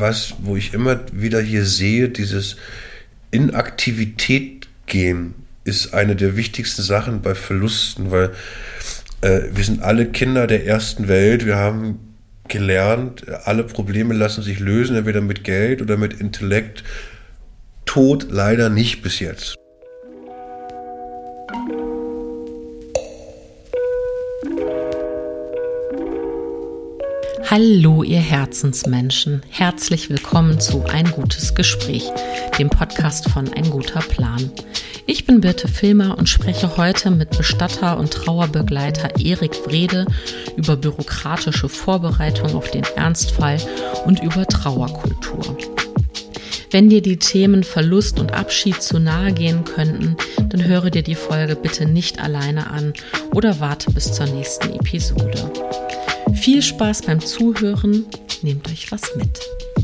wo ich immer wieder hier sehe, dieses Inaktivität gehen ist eine der wichtigsten Sachen bei Verlusten, weil wir sind alle Kinder der ersten Welt, wir haben gelernt, alle Probleme lassen sich lösen, entweder mit Geld oder mit Intellekt. Tod leider nicht bis jetzt. Hallo ihr Herzensmenschen, herzlich willkommen zu Ein gutes Gespräch, dem Podcast von Ein guter Plan. Ich bin Birte Filmer und spreche heute mit Bestatter und Trauerbegleiter Erik Wrede über bürokratische Vorbereitung auf den Ernstfall und über Trauerkultur. Wenn dir die Themen Verlust und Abschied zu nahe gehen könnten, dann höre dir die Folge bitte nicht alleine an oder warte bis zur nächsten Episode. Viel Spaß beim Zuhören, nehmt euch was mit.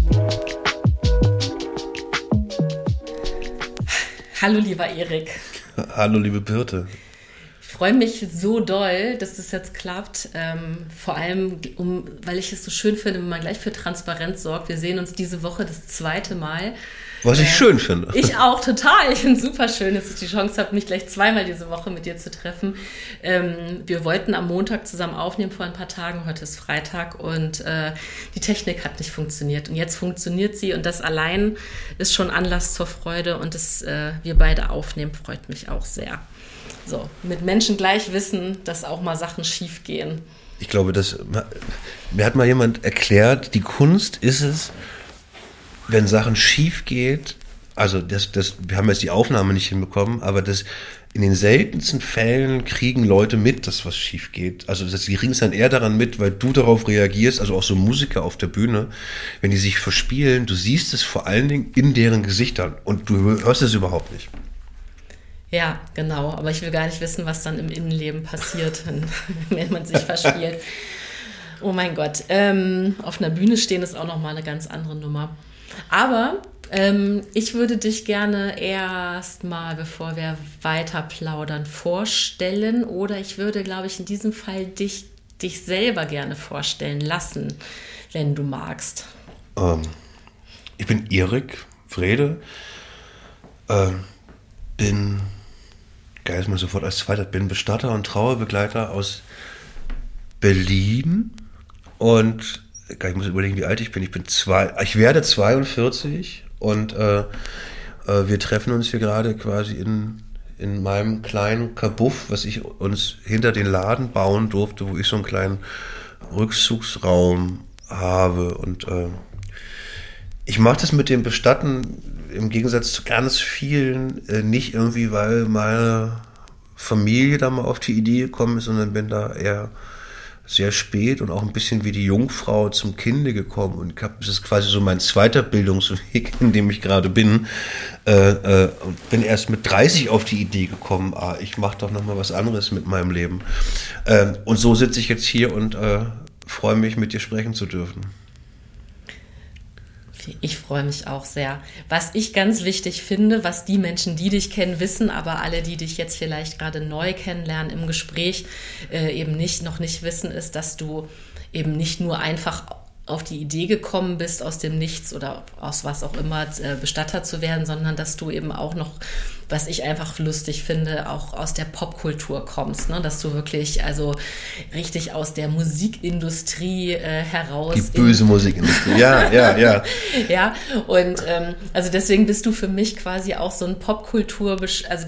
Hallo lieber Erik. Hallo liebe Birte. Ich freue mich so doll, dass das jetzt klappt, vor allem, weil ich es so schön finde, wenn man gleich für Transparenz sorgt. Wir sehen uns diese Woche das 2. Mal. Was ich schön finde. Ich auch, total. Ich finde es super schön, dass ich die Chance habe, mich gleich 2-mal diese Woche mit dir zu treffen. Wir wollten am Montag zusammen aufnehmen vor ein paar Tagen. Heute ist Freitag und die Technik hat nicht funktioniert. Und jetzt funktioniert sie und das allein ist schon Anlass zur Freude. Und dass wir beide aufnehmen, freut mich auch sehr. So, mit Menschen gleich wissen, dass auch mal Sachen schief gehen. Ich glaube, mir hat mal jemand erklärt, die Kunst ist es, wenn Sachen schief geht, also wir haben jetzt die Aufnahme nicht hinbekommen, aber in den seltensten Fällen kriegen Leute mit, dass was schief geht. Also sie kriegen es dann eher daran mit, weil du darauf reagierst, also auch so Musiker auf der Bühne, wenn die sich verspielen, du siehst es vor allen Dingen in deren Gesichtern und du hörst es überhaupt nicht. Ja, genau, aber ich will gar nicht wissen, was dann im Innenleben passiert, wenn man sich verspielt. Oh mein Gott, auf einer Bühne stehen ist auch nochmal eine ganz andere Nummer. Aber ich würde dich gerne erstmal, bevor wir weiter plaudern, vorstellen. Oder ich würde, glaube ich, in diesem Fall dich selber gerne vorstellen lassen, wenn du magst. Ich bin Erik Wrede. Bin Bestatter und Trauerbegleiter aus Berlin. Und ich muss überlegen, wie alt ich bin. Ich werde 42 und wir treffen uns hier gerade quasi in meinem kleinen Kabuff, was ich uns hinter den Laden bauen durfte, wo ich so einen kleinen Rückzugsraum habe. Und ich mache das mit dem Bestatten im Gegensatz zu ganz vielen nicht irgendwie, weil meine Familie da mal auf die Idee gekommen ist, sondern bin da eher sehr spät und auch ein bisschen wie die Jungfrau zum Kinde gekommen und das ist quasi so mein zweiter Bildungsweg, in dem ich gerade bin, und bin erst mit 30 auf die Idee gekommen, ich mache doch nochmal was anderes mit meinem Leben, und so sitze ich jetzt hier und freue mich, mit dir sprechen zu dürfen. Ich freue mich auch sehr. Was ich ganz wichtig finde, was die Menschen, die dich kennen, wissen, aber alle, die dich jetzt vielleicht gerade neu kennenlernen im Gespräch, eben noch nicht wissen, ist, dass du eben nicht nur einfach auf die Idee gekommen bist, aus dem Nichts oder aus was auch immer Bestatter zu werden, sondern dass du eben auch noch, was ich einfach lustig finde, auch aus der Popkultur kommst, ne? Dass du wirklich also richtig aus der Musikindustrie heraus... Die böse Musikindustrie, ja. Ja, und also deswegen bist du für mich quasi auch so ein Popkultur, also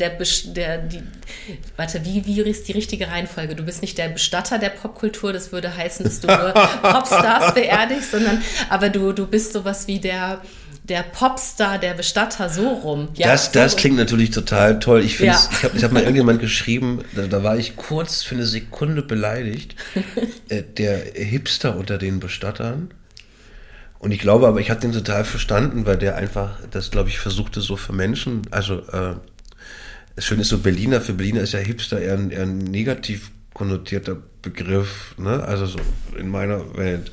wie ist die richtige Reihenfolge? Du bist nicht der Bestatter der Popkultur, das würde heißen, dass du nur Popstars beerdigst, aber du bist sowas wie der Popstar, der Bestatter, so rum. Ja, das klingt natürlich total toll. Ich finde, ich hab mal irgendjemand geschrieben, da war ich kurz für eine Sekunde beleidigt, der Hipster unter den Bestattern. Und ich glaube, aber ich habe den total verstanden, weil der einfach, das glaube ich, versuchte so für Menschen, also das Schöne ist so, für Berliner ist ja Hipster eher ein negativ konnotierter Begriff, ne? Also so in meiner Welt.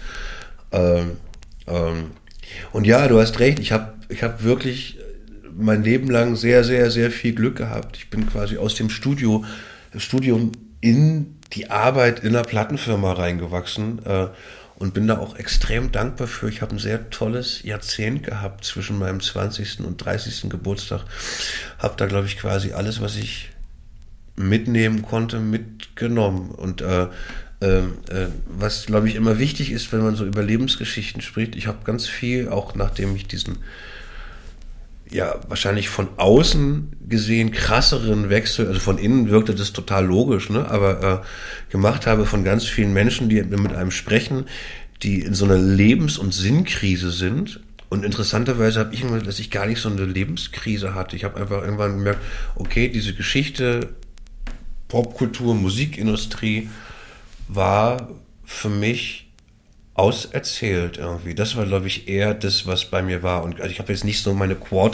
Und ja, du hast recht, ich hab wirklich mein Leben lang sehr, sehr, sehr viel Glück gehabt. Ich bin quasi aus dem Studium in die Arbeit in einer Plattenfirma reingewachsen und bin da auch extrem dankbar für. Ich habe ein sehr tolles Jahrzehnt gehabt zwischen meinem 20. und 30. Geburtstag. Habe da, glaube ich, quasi alles, was ich mitnehmen konnte, mitgenommen. Und was, glaube ich, immer wichtig ist, wenn man so über Lebensgeschichten spricht, ich habe ganz viel, auch nachdem ich diesen wahrscheinlich von außen gesehen krasseren Wechsel, also von innen wirkte das total logisch, ne? Aber gemacht habe von ganz vielen Menschen, die mit einem sprechen, die in so einer Lebens- und Sinnkrise sind. Und interessanterweise habe ich immer, dass ich gar nicht so eine Lebenskrise hatte. Ich habe einfach irgendwann gemerkt, okay, diese Geschichte, Popkultur, Musikindustrie war für mich auserzählt irgendwie. Das war, glaube ich, eher das, was bei mir war. Und also ich habe jetzt nicht so meine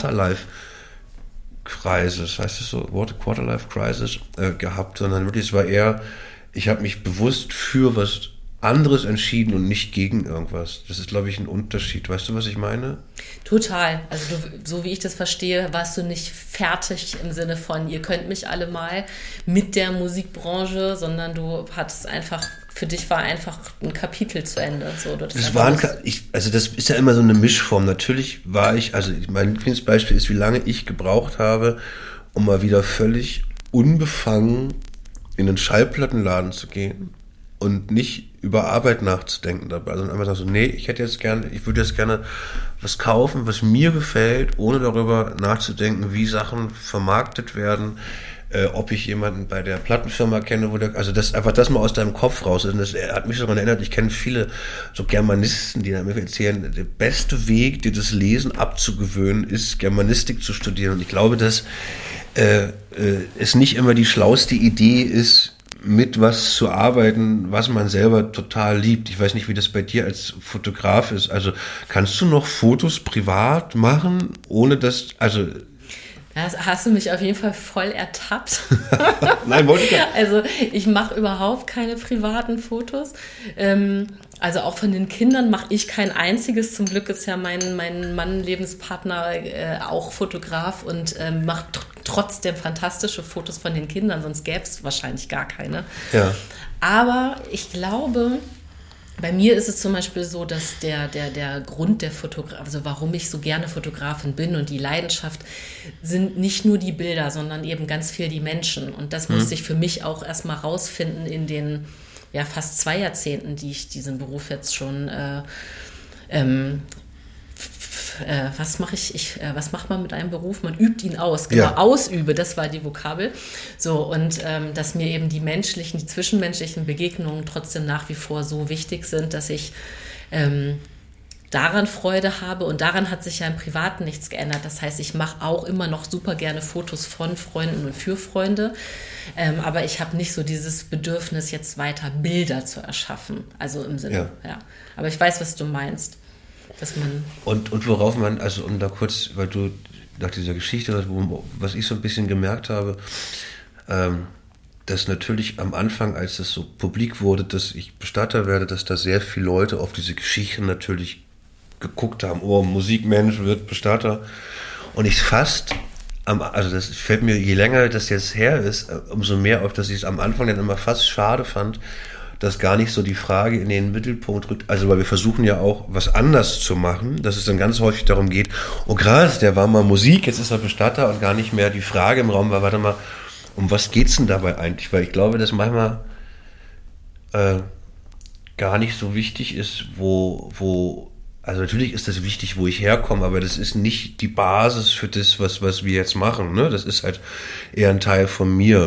Quarterlife-Crisis, heißt es so, Quarterlife-Crisis gehabt, sondern wirklich, es war eher, ich habe mich bewusst für was anderes entschieden und nicht gegen irgendwas. Das ist, glaube ich, ein Unterschied. Weißt du, was ich meine? Total. Also so wie ich das verstehe, warst du nicht fertig im Sinne von, ihr könnt mich alle mal mit der Musikbranche, sondern du hattest einfach, für dich war einfach ein Kapitel zu Ende. So, das ist ja immer so eine Mischform. Natürlich war ich, also mein Lieblingsbeispiel ist, wie lange ich gebraucht habe, um mal wieder völlig unbefangen in einen Schallplattenladen zu gehen und nicht über Arbeit nachzudenken dabei, sondern einfach so, nee, ich würde jetzt gerne was kaufen, was mir gefällt, ohne darüber nachzudenken, wie Sachen vermarktet werden, ob ich jemanden bei der Plattenfirma kenne, also das einfach das mal aus deinem Kopf raus ist. Und das hat mich daran erinnert, ich kenne viele so Germanisten, die mir erzählen, der beste Weg, dir das Lesen abzugewöhnen, ist Germanistik zu studieren. Und ich glaube, dass es nicht immer die schlauste Idee ist, mit was zu arbeiten, was man selber total liebt. Ich weiß nicht, wie das bei dir als Fotograf ist. Also kannst du noch Fotos privat machen, ohne dass, also... Das hast du mich auf jeden Fall voll ertappt. Nein, wollte ich gar nicht. Also ich mache überhaupt keine privaten Fotos. Also auch von den Kindern mache ich kein einziges. Zum Glück ist ja mein Mann, Lebenspartner, auch Fotograf und macht trotzdem fantastische Fotos von den Kindern, sonst gäbe es wahrscheinlich gar keine. Ja. Aber ich glaube, bei mir ist es zum Beispiel so, dass der Grund der Fotografie, also warum ich so gerne Fotografin bin und die Leidenschaft, sind nicht nur die Bilder, sondern eben ganz viel die Menschen. Und das musste ich für mich auch erstmal rausfinden in den fast 2 Jahrzehnten, die ich diesen Beruf jetzt schon was macht man mit einem Beruf? Man übt ihn aus. Genau, ja. Ausübe, das war die Vokabel. So, und dass mir eben die zwischenmenschlichen Begegnungen trotzdem nach wie vor so wichtig sind, dass ich daran Freude habe. Und daran hat sich ja im Privaten nichts geändert. Das heißt, ich mache auch immer noch super gerne Fotos von Freunden und für Freunde. Aber ich habe nicht so dieses Bedürfnis, jetzt weiter Bilder zu erschaffen. Also im Sinne, ja. Aber ich weiß, was du meinst. Dass man und worauf man, also um da kurz, weil du nach dieser Geschichte, was ich so ein bisschen gemerkt habe, dass natürlich am Anfang, als es so publik wurde, dass ich Bestatter werde, dass da sehr viele Leute auf diese Geschichte natürlich geguckt haben, oh, Musikmensch wird Bestatter. Und ich also das fällt mir, je länger das jetzt her ist, umso mehr auf, dass ich es am Anfang dann immer fast schade fand, dass gar nicht so die Frage in den Mittelpunkt rückt, also weil wir versuchen ja auch was anders zu machen, dass es dann ganz häufig darum geht, oh krass, der war mal Musik, jetzt ist er Bestatter und gar nicht mehr die Frage im Raum war, warte mal, um was geht's denn dabei eigentlich? Weil ich glaube, dass manchmal gar nicht so wichtig ist, also natürlich ist das wichtig, wo ich herkomme, aber das ist nicht die Basis für das, was wir jetzt machen, ne? Das ist halt eher ein Teil von mir.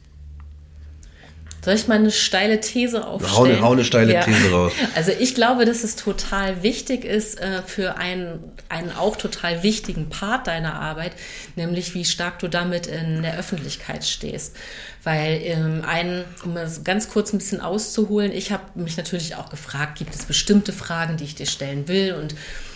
Soll ich mal eine steile These aufstellen? Hau eine steile These raus. Also ich glaube, dass es total wichtig ist für einen auch total wichtigen Part deiner Arbeit, nämlich wie stark du damit in der Öffentlichkeit stehst. Weil um das ganz kurz ein bisschen auszuholen, ich habe mich natürlich auch gefragt, gibt es bestimmte Fragen, die ich dir stellen will und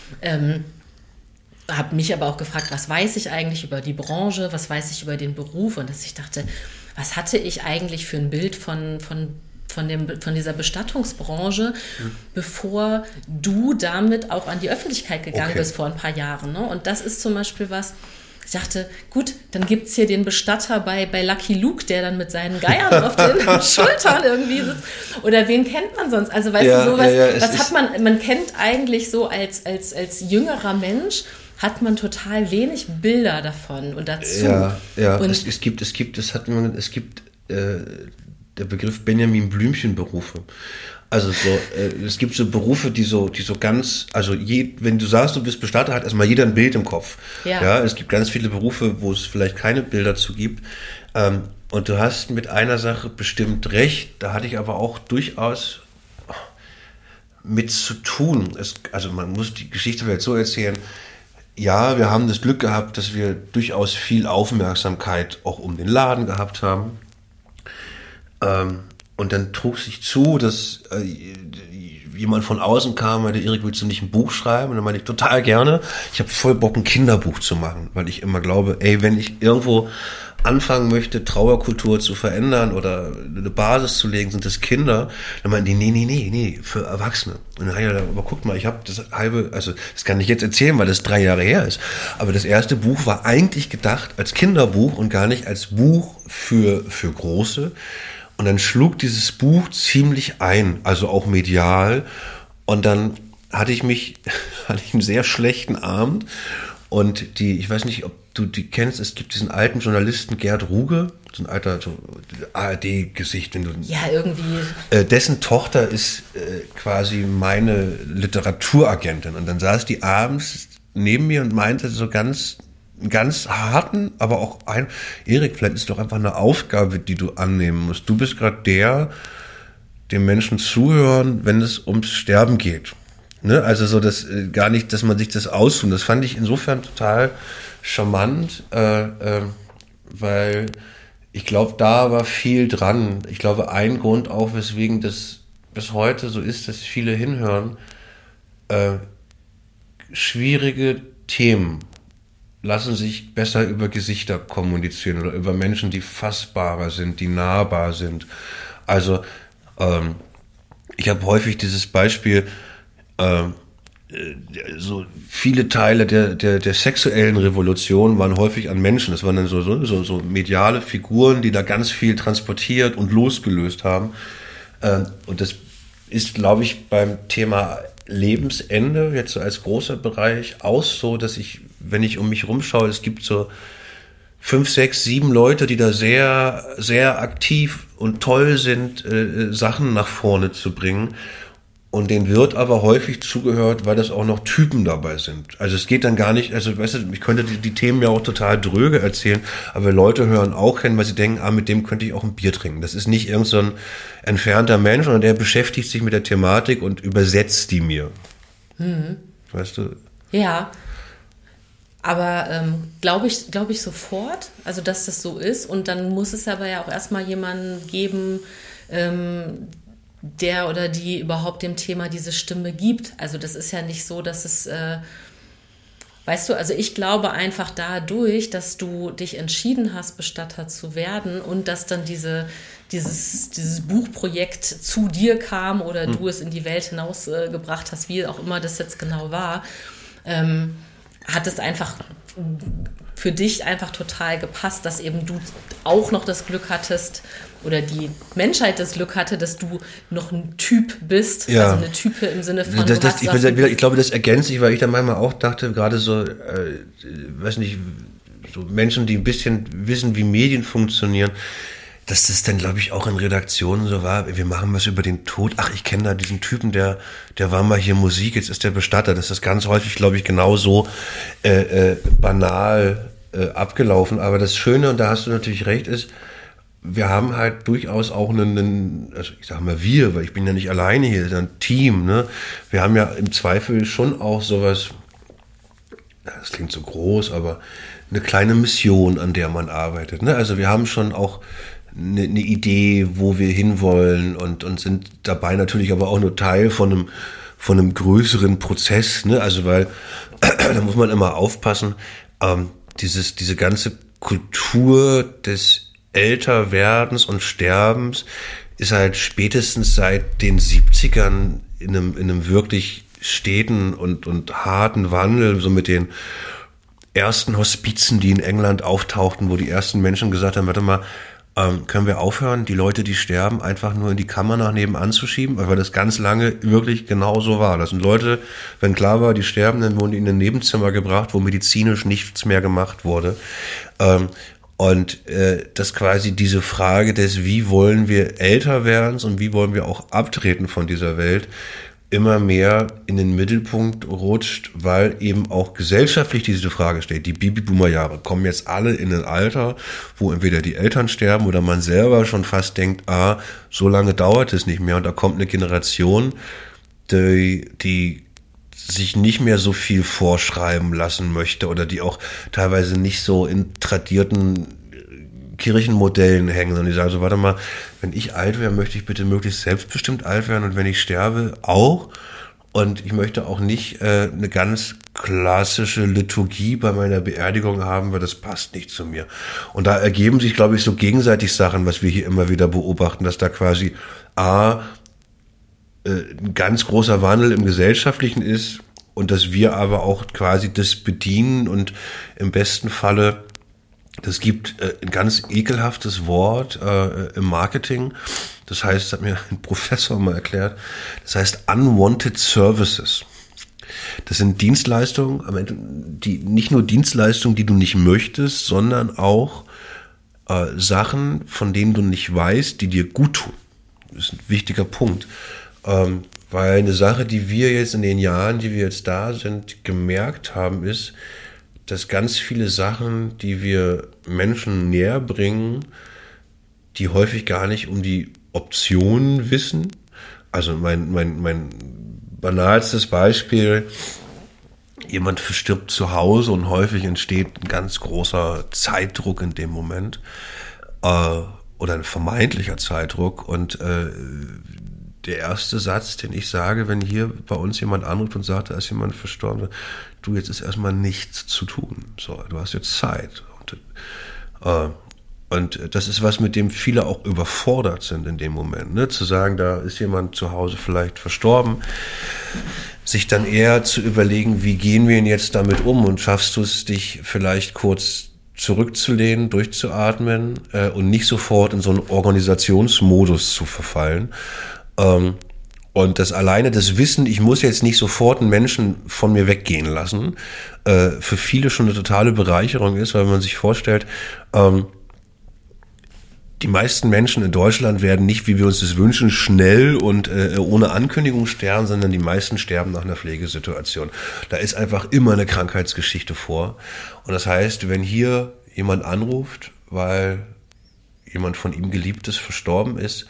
habe mich aber auch gefragt, was weiß ich eigentlich über die Branche, was weiß ich über den Beruf und dass ich dachte, was hatte ich eigentlich für ein Bild von dieser Bestattungsbranche, bevor du damit auch an die Öffentlichkeit gegangen bist vor ein paar Jahren. Ne? Und das ist zum Beispiel was, Ich dachte, gut, dann gibt's hier den Bestatter bei Lucky Luke, der dann mit seinen Geiern auf den Schultern irgendwie sitzt. Oder wen kennt man sonst? Also weißt du, sowas, was hat man kennt eigentlich so als jüngerer Mensch, hat man total wenig Bilder davon und dazu. Ja. Und es gibt der Begriff Benjamin Blümchen-Berufe. Also es gibt so Berufe, die so ganz, also wenn du sagst, du bist Bestatter, hat erstmal jeder ein Bild im Kopf. Ja, es gibt ganz viele Berufe, wo es vielleicht keine Bilder zu gibt. Und du hast mit einer Sache bestimmt recht, da hatte ich aber auch durchaus mit zu tun. Also man muss die Geschichte vielleicht so erzählen. Ja, wir haben das Glück gehabt, dass wir durchaus viel Aufmerksamkeit auch um den Laden gehabt haben. Und dann trug sich zu, dass jemand von außen kam und meinte, Erik, willst du nicht ein Buch schreiben? Und dann meinte ich, total gerne. Ich habe voll Bock, ein Kinderbuch zu machen, weil ich immer glaube, wenn ich irgendwo anfangen möchte, Trauerkultur zu verändern oder eine Basis zu legen, sind das Kinder. Dann meinten die, nee, für Erwachsene. Und dann habe ich gedacht, aber guck mal, ich habe das kann ich jetzt erzählen, weil das 3 Jahre her ist. Aber das erste Buch war eigentlich gedacht als Kinderbuch und gar nicht als Buch für Große. Und dann schlug dieses Buch ziemlich ein, also auch medial. Und dann hatte ich einen sehr schlechten Abend. Und ich weiß nicht, ob du die kennst, es gibt diesen alten Journalisten Gerd Ruge, so ein alter ARD-Gesicht. Ja, irgendwie. Dessen Tochter ist quasi meine Literaturagentin. Und dann saß die abends neben mir und meinte so ganz harten, aber auch Erik, vielleicht ist doch einfach eine Aufgabe, die du annehmen musst. Du bist gerade dem Menschen zuhören, wenn es ums Sterben geht. Ne? Also so, dass gar nicht, dass man sich das austut. Das fand ich insofern total charmant, weil ich glaube, da war viel dran. Ich glaube, ein Grund auch, weswegen das bis heute so ist, dass viele hinhören, schwierige Themen lassen sich besser über Gesichter kommunizieren oder über Menschen, die fassbarer sind, die nahbar sind. Also ich habe häufig dieses Beispiel, so viele Teile der sexuellen Revolution waren häufig an Menschen. Das waren dann so mediale Figuren, die da ganz viel transportiert und losgelöst haben. Und das ist, glaube ich, beim Thema Lebensende, jetzt so als großer Bereich, auch so, dass wenn ich um mich rumschaue, es gibt so 5, 6, 7 Leute, die da sehr, sehr aktiv und toll sind, Sachen nach vorne zu bringen. Und denen wird aber häufig zugehört, weil das auch noch Typen dabei sind. Also es geht dann gar nicht, also weißt du, ich könnte die Themen ja auch total dröge erzählen, aber Leute hören auch hin, weil sie denken, mit dem könnte ich auch ein Bier trinken. Das ist nicht irgend so ein entfernter Mensch, sondern der beschäftigt sich mit der Thematik und übersetzt die mir. Weißt du? Ja, aber glaube ich sofort, also dass das so ist. Und dann muss es aber ja auch erstmal jemanden geben, der oder die überhaupt dem Thema diese Stimme gibt. Also das ist ja nicht so, dass es, weißt du, also ich glaube einfach dadurch, dass du dich entschieden hast, Bestatter zu werden und dass dann dieses Buchprojekt zu dir kam oder du es in die Welt hinausgebracht hast, wie auch immer das jetzt genau war, hat es einfach für dich einfach total gepasst, dass eben du auch noch das Glück hattest oder die Menschheit das Glück hatte, dass du noch ein Typ bist, also eine Type im Sinne von... Ich glaube, das ergänzt sich, weil ich dann manchmal auch dachte, gerade so, weiß nicht, so Menschen, die ein bisschen wissen, wie Medien funktionieren, dass das dann, glaube ich, auch in Redaktionen so war, wir machen was über den Tod. Ach, ich kenne da diesen Typen, der war mal hier Musik, jetzt ist der Bestatter. Das ist ganz häufig, glaube ich, genauso banal abgelaufen. Aber das Schöne, und da hast du natürlich recht, ist, wir haben halt durchaus auch also ich sag mal weil ich bin ja nicht alleine hier, das ist ein Team, ne? Wir haben ja im Zweifel schon auch sowas, das klingt so groß, aber eine kleine Mission, an der man arbeitet, ne? Also wir haben schon auch eine Idee, wo wir hinwollen und sind dabei natürlich aber auch nur Teil von einem größeren Prozess, ne? Also weil, da muss man immer aufpassen, diese ganze Kultur des Älterwerdens und Sterbens ist halt spätestens seit den 70ern in einem wirklich steten und harten Wandel, so mit den ersten Hospizen, die in England auftauchten, wo die ersten Menschen gesagt haben, warte mal, können wir aufhören, die Leute, die sterben, einfach nur in die Kammer nach nebenan zu schieben, weil das ganz lange wirklich genau so war. Das sind Leute, wenn klar war, die sterben, dann wurden die in ein Nebenzimmer gebracht, wo medizinisch nichts mehr gemacht wurde. Und dass quasi diese Frage des, wie wollen wir älter werden und wie wollen wir auch abtreten von dieser Welt, immer mehr in den Mittelpunkt rutscht, weil eben auch gesellschaftlich diese Frage steht. Die Babyboomer-Jahre kommen jetzt alle in ein Alter, wo entweder die Eltern sterben oder man selber schon fast denkt, so lange dauert es nicht mehr. Und da kommt eine Generation, die sich nicht mehr so viel vorschreiben lassen möchte oder die auch teilweise nicht so in tradierten Kirchenmodellen hängen, und die sagen so, warte mal, wenn ich alt wäre, möchte ich bitte möglichst selbstbestimmt alt werden, und wenn ich sterbe, auch. Und ich möchte auch nicht eine ganz klassische Liturgie bei meiner Beerdigung haben, weil das passt nicht zu mir. Und da ergeben sich, glaube ich, so gegenseitig Sachen, was wir hier immer wieder beobachten, dass da quasi ein ganz großer Wandel im Gesellschaftlichen ist und dass wir aber auch quasi das bedienen und im besten Falle. Das gibt ein ganz ekelhaftes Wort im Marketing. Das heißt, hat mir ein Professor mal erklärt, das heißt Unwanted Services. Das sind Dienstleistungen, am Ende, die nicht nur Dienstleistungen, die du nicht möchtest, sondern auch Sachen, von denen du nicht weißt, die dir gut tun. Das ist ein wichtiger Punkt. Weil eine Sache, die wir jetzt in den Jahren, die wir jetzt da sind, gemerkt haben, ist, dass ganz viele Sachen, die wir Menschen näher bringen, die häufig gar nicht um die Optionen wissen. Also mein banalstes Beispiel, jemand verstirbt zu Hause und häufig entsteht ein ganz großer Zeitdruck in dem Moment oder ein vermeintlicher Zeitdruck, und der erste Satz, den ich sage, wenn hier bei uns jemand anruft und sagt, da ist jemand verstorben, du, jetzt ist erstmal nichts zu tun. So, du hast jetzt Zeit. Und das ist was, mit dem viele auch überfordert sind in dem Moment. Ne? Zu sagen, da ist jemand zu Hause vielleicht verstorben, sich dann eher zu überlegen, wie gehen wir denn jetzt damit um, und schaffst du es, dich vielleicht kurz zurückzulehnen, durchzuatmen und nicht sofort in so einen Organisationsmodus zu verfallen. Und das alleine, das Wissen, ich muss jetzt nicht sofort einen Menschen von mir weggehen lassen, für viele schon eine totale Bereicherung ist, weil man sich vorstellt, die meisten Menschen in Deutschland werden nicht, wie wir uns das wünschen, schnell und ohne Ankündigung sterben, sondern die meisten sterben nach einer Pflegesituation. Da ist einfach immer eine Krankheitsgeschichte vor. Und das heißt, wenn hier jemand anruft, weil jemand von ihm Geliebtes verstorben ist,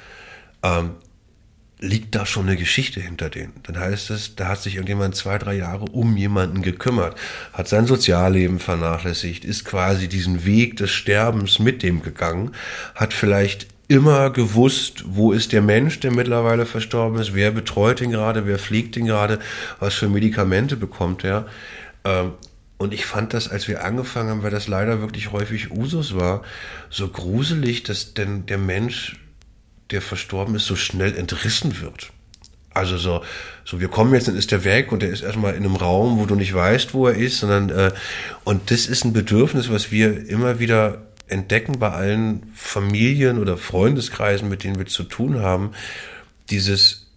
liegt da schon eine Geschichte hinter denen. Dann heißt es, da hat sich irgendjemand 2-3 Jahre um jemanden gekümmert, hat sein Sozialleben vernachlässigt, ist quasi diesen Weg des Sterbens mit dem gegangen, hat vielleicht immer gewusst, wo ist der Mensch, der mittlerweile verstorben ist, wer betreut ihn gerade, wer pflegt ihn gerade, was für Medikamente bekommt er. Und ich fand das, als wir angefangen haben, weil das leider wirklich häufig Usus war, so gruselig, dass denn der Mensch, der verstorben ist, so schnell entrissen wird. Also so wir kommen jetzt, dann ist der weg und der ist erstmal in einem Raum, wo du nicht weißt, wo er ist, sondern und das ist ein Bedürfnis, was wir immer wieder entdecken bei allen Familien oder Freundeskreisen, mit denen wir zu tun haben, dieses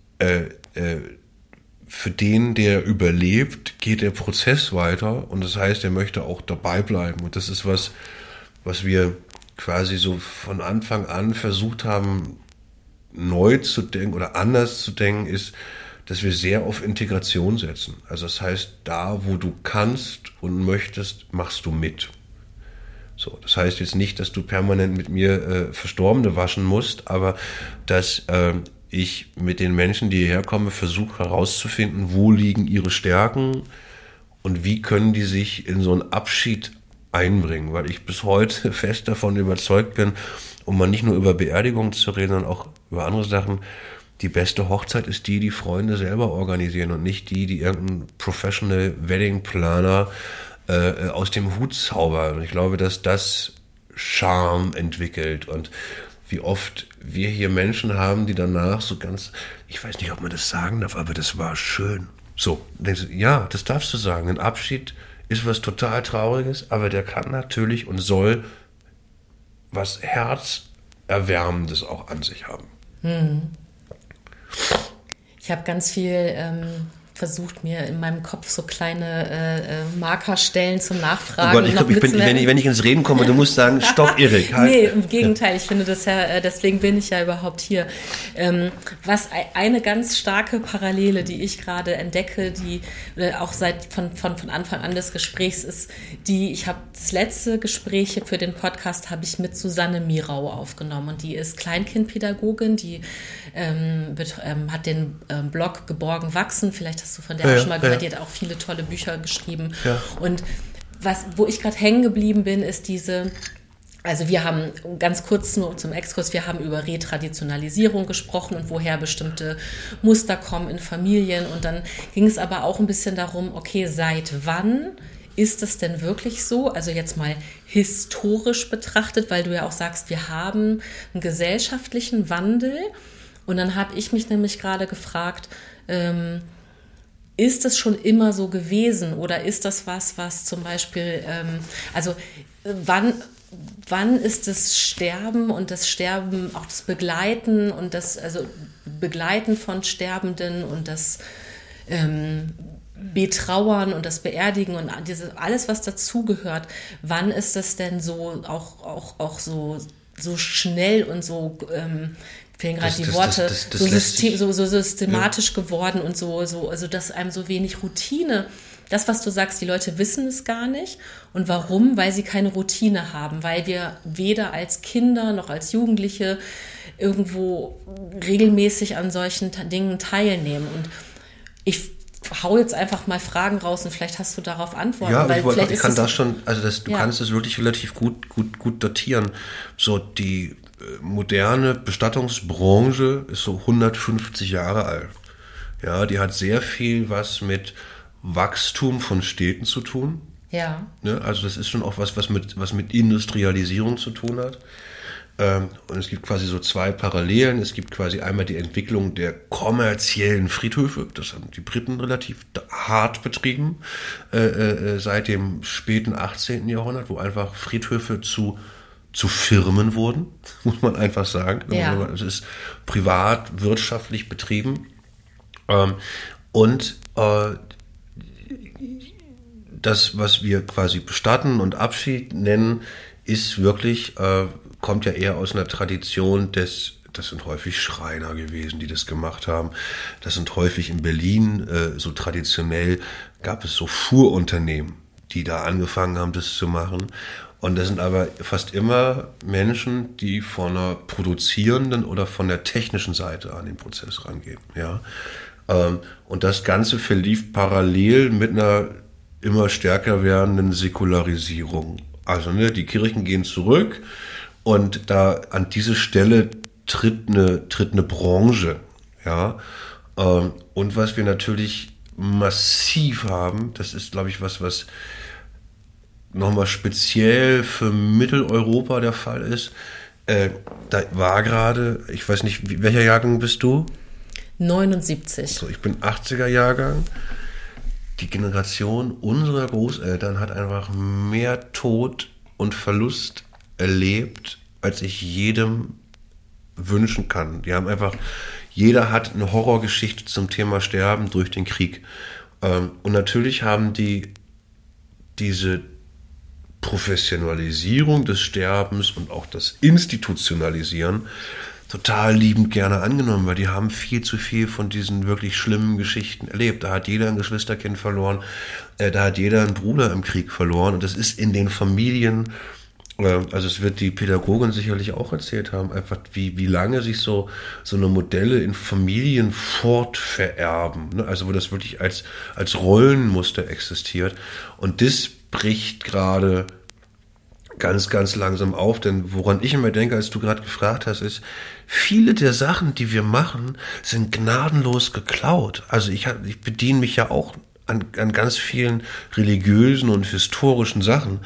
für den, der überlebt, geht der Prozess weiter, und das heißt, er möchte auch dabei bleiben, und das ist was wir quasi so von Anfang an versucht haben, neu zu denken oder anders zu denken, ist, dass wir sehr auf Integration setzen. Also das heißt, da, wo du kannst und möchtest, machst du mit. So, das heißt jetzt nicht, dass du permanent mit mir Verstorbene waschen musst, aber dass ich mit den Menschen, die hierher kommen, versuche herauszufinden, wo liegen ihre Stärken und wie können die sich in so einen Abschied einbringen, weil ich bis heute fest davon überzeugt bin, um mal nicht nur über Beerdigungen zu reden, sondern auch über andere Sachen, die beste Hochzeit ist die Freunde selber organisieren und nicht die irgendein Professional Wedding Planer aus dem Hut zaubert. Und ich glaube, dass das Charme entwickelt, und wie oft wir hier Menschen haben, die danach so ganz, ich weiß nicht, ob man das sagen darf, aber das war schön. So, ja, das darfst du sagen. Ein Abschied ist was total Trauriges, aber der kann natürlich und soll was Herzerwärmendes auch an sich haben. Ich habe ganz viel versucht, mir in meinem Kopf so kleine Markerstellen zum Nachfragen. Oh Gott, ich glaube, wenn ich ins Reden komme, du musst sagen, stopp, Erik. Halt. Nee, im Gegenteil, ich finde das ja, deswegen bin ich ja überhaupt hier. Was eine ganz starke Parallele, die ich gerade entdecke, die auch von Anfang an des Gesprächs ist, ich habe das letzte Gespräch für den Podcast habe ich mit Susanne Mirau aufgenommen und die ist Kleinkindpädagogin, die hat den Blog Geborgen wachsen, vielleicht hast du von der auch schon mal gehört, die hat auch viele tolle Bücher geschrieben. Ja. Und wo ich gerade hängen geblieben bin, ist also wir haben ganz kurz nur zum Exkurs, wir haben über Retraditionalisierung gesprochen und woher bestimmte Muster kommen in Familien und dann ging es aber auch ein bisschen darum, okay, seit wann ist es denn wirklich so? Also jetzt mal historisch betrachtet, weil du ja auch sagst, wir haben einen gesellschaftlichen Wandel und dann habe ich mich nämlich gerade gefragt, ist es schon immer so gewesen oder ist das was zum Beispiel, wann ist das Sterben und das Sterben, auch das Begleiten und also Begleiten von Sterbenden und das Betrauern und das Beerdigen und alles, was dazugehört, wann ist das denn so auch so schnell und so fehlen gerade die Worte, so systematisch geworden und so, also dass einem so wenig Routine, das, was du sagst, die Leute wissen es gar nicht. Und warum? Weil sie keine Routine haben, weil wir weder als Kinder noch als Jugendliche irgendwo regelmäßig an solchen Dingen teilnehmen. Und ich hau jetzt einfach mal Fragen raus und vielleicht hast du darauf Antworten. Ja, weil ich kann das schon, also du kannst es wirklich relativ gut datieren. So die moderne Bestattungsbranche ist so 150 Jahre alt. Ja, die hat sehr viel was mit Wachstum von Städten zu tun. Ja. Ne? Also das ist schon auch was mit Industrialisierung zu tun hat. Und es gibt quasi so zwei Parallelen. Es gibt quasi einmal die Entwicklung der kommerziellen Friedhöfe. Das haben die Briten relativ hart betrieben seit dem späten 18. Jahrhundert, wo einfach Friedhöfe zu Firmen wurden, muss man einfach sagen. Ja. Es ist privat, wirtschaftlich betrieben. Und das, was wir quasi Bestatten und Abschied nennen, ist wirklich, kommt ja eher aus einer Tradition das sind häufig Schreiner gewesen, die das gemacht haben. Das sind häufig in Berlin, so traditionell gab es so Fuhrunternehmen, die da angefangen haben, das zu machen. Und das sind aber fast immer Menschen, die von einer produzierenden oder von der technischen Seite an den Prozess rangehen. Ja? Und das Ganze verlief parallel mit einer immer stärker werdenden Säkularisierung. Also die Kirchen gehen zurück und da an diese Stelle tritt eine Branche. Ja? Und was wir natürlich massiv haben, das ist, glaube ich, was nochmal speziell für Mitteleuropa der Fall ist. Da war gerade, ich weiß nicht, welcher Jahrgang bist du? 79. So, ich bin 80er Jahrgang. Die Generation unserer Großeltern hat einfach mehr Tod und Verlust erlebt, als ich jedem wünschen kann. Die haben einfach, jeder hat eine Horrorgeschichte zum Thema Sterben durch den Krieg. Und natürlich haben die diese Professionalisierung des Sterbens und auch das Institutionalisieren total liebend gerne angenommen, weil die haben viel zu viel von diesen wirklich schlimmen Geschichten erlebt. Da hat jeder ein Geschwisterkind verloren, da hat jeder einen Bruder im Krieg verloren und das ist in den Familien, also es wird die Pädagogin sicherlich auch erzählt haben, einfach wie lange sich so eine Modelle in Familien fortvererben, ne? Also wo das wirklich als Rollenmuster existiert und das bricht gerade ganz, ganz langsam auf, denn woran ich immer denke, als du gerade gefragt hast, ist, viele der Sachen, die wir machen, sind gnadenlos geklaut. Also ich bediene mich ja auch an ganz vielen religiösen und historischen Sachen.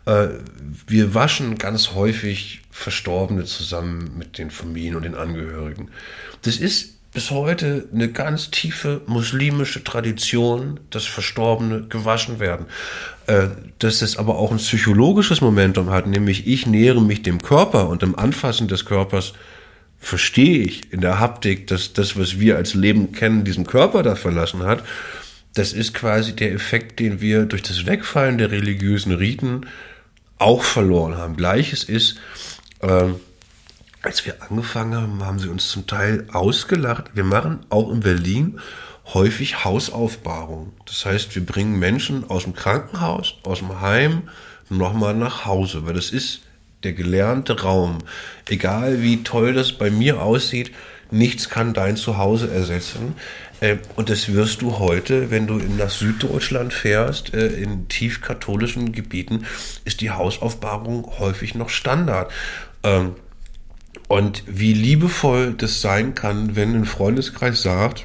Wir waschen ganz häufig Verstorbene zusammen mit den Familien und den Angehörigen. Das ist bis heute eine ganz tiefe muslimische Tradition, dass Verstorbene gewaschen werden. Dass es aber auch ein psychologisches Momentum hat, nämlich ich nähere mich dem Körper und im Anfassen des Körpers verstehe ich in der Haptik, dass das, was wir als Leben kennen, diesen Körper da verlassen hat. Das ist quasi der Effekt, den wir durch das Wegfallen der religiösen Riten auch verloren haben. Gleiches ist, als wir angefangen haben, haben sie uns zum Teil ausgelacht. Wir machen auch in Berlin häufig Hausaufbahrung. Das heißt, wir bringen Menschen aus dem Krankenhaus, aus dem Heim nochmal nach Hause, weil das ist der gelernte Raum. Egal wie toll das bei mir aussieht, nichts kann dein Zuhause ersetzen. Und das wirst du heute, wenn du nach Süddeutschland fährst, in tief katholischen Gebieten, ist die Hausaufbahrung häufig noch Standard. Und wie liebevoll das sein kann, wenn ein Freundeskreis sagt,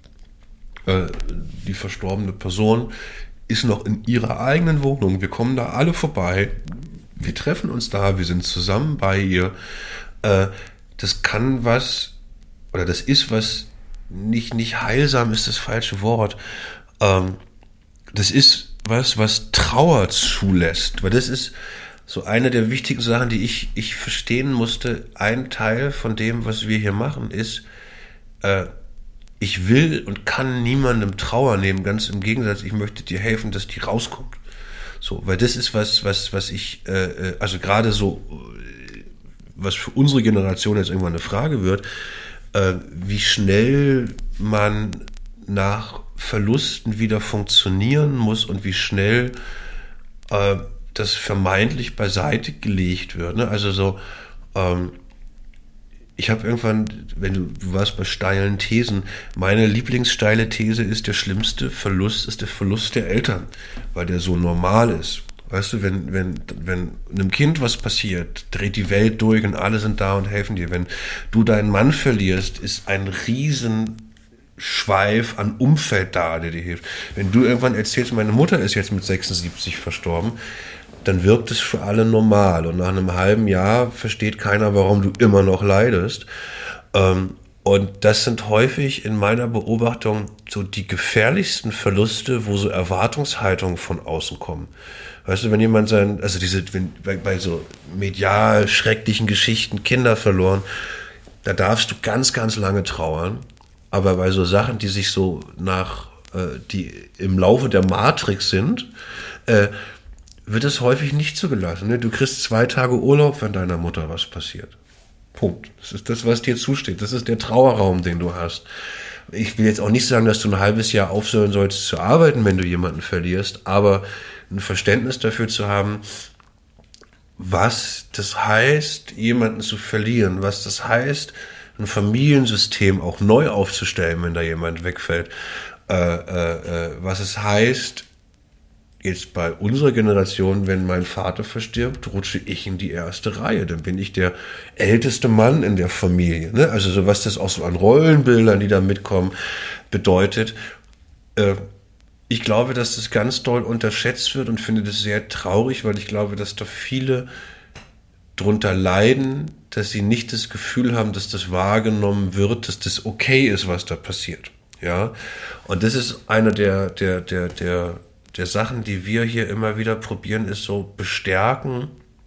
die verstorbene Person ist noch in ihrer eigenen Wohnung, wir kommen da alle vorbei, wir treffen uns da, wir sind zusammen bei ihr. Das kann was, oder das ist was, nicht heilsam ist das falsche Wort. Das ist was Trauer zulässt, weil das ist so eine der wichtigen Sachen, die ich verstehen musste. Ein Teil von dem, was wir hier machen, ist, ich will und kann niemandem Trauer nehmen. Ganz im Gegensatz, ich möchte dir helfen, dass die rauskommt. So, weil das ist was ich, also gerade so, was für unsere Generation jetzt irgendwann eine Frage wird, wie schnell man nach Verlusten wieder funktionieren muss und wie schnell das vermeintlich beiseite gelegt wird. Ne? Also so, ich habe irgendwann, wenn du warst bei steilen Thesen, meine lieblingssteile These ist, der schlimmste Verlust ist der Verlust der Eltern, weil der so normal ist. Weißt du, wenn einem Kind was passiert, dreht die Welt durch und alle sind da und helfen dir. Wenn du deinen Mann verlierst, ist ein riesen Schweif an Umfeld da, der dir hilft. Wenn du irgendwann erzählst, meine Mutter ist jetzt mit 76 verstorben, dann wirkt es für alle normal. Und nach einem halben Jahr versteht keiner, warum du immer noch leidest. Und das sind häufig in meiner Beobachtung so die gefährlichsten Verluste, wo so Erwartungshaltungen von außen kommen. Weißt du, wenn jemand bei so medial schrecklichen Geschichten Kinder verloren, da darfst du ganz, ganz lange trauern. Aber bei so Sachen, die sich so die im Laufe der Matrix sind, wird es häufig nicht zugelassen. Ne? Du kriegst 2 Tage Urlaub, wenn deiner Mutter was passiert. Punkt. Das ist das, was dir zusteht. Das ist der Trauerraum, den du hast. Ich will jetzt auch nicht sagen, dass du ein halbes Jahr aufhören solltest zu arbeiten, wenn du jemanden verlierst, aber ein Verständnis dafür zu haben, was das heißt, jemanden zu verlieren, was das heißt, ein Familiensystem auch neu aufzustellen, wenn da jemand wegfällt, was es heißt, jetzt bei unserer Generation, wenn mein Vater verstirbt, rutsche ich in die erste Reihe. Dann bin ich der älteste Mann in der Familie. Ne? Also so was das auch so an Rollenbildern, die da mitkommen, bedeutet. Ich glaube, dass das ganz doll unterschätzt wird und finde das sehr traurig, weil ich glaube, dass da viele drunter leiden, dass sie nicht das Gefühl haben, dass das wahrgenommen wird, dass das okay ist, was da passiert. Ja? Und das ist einer der Sachen, die wir hier immer wieder probieren, ist so bestärken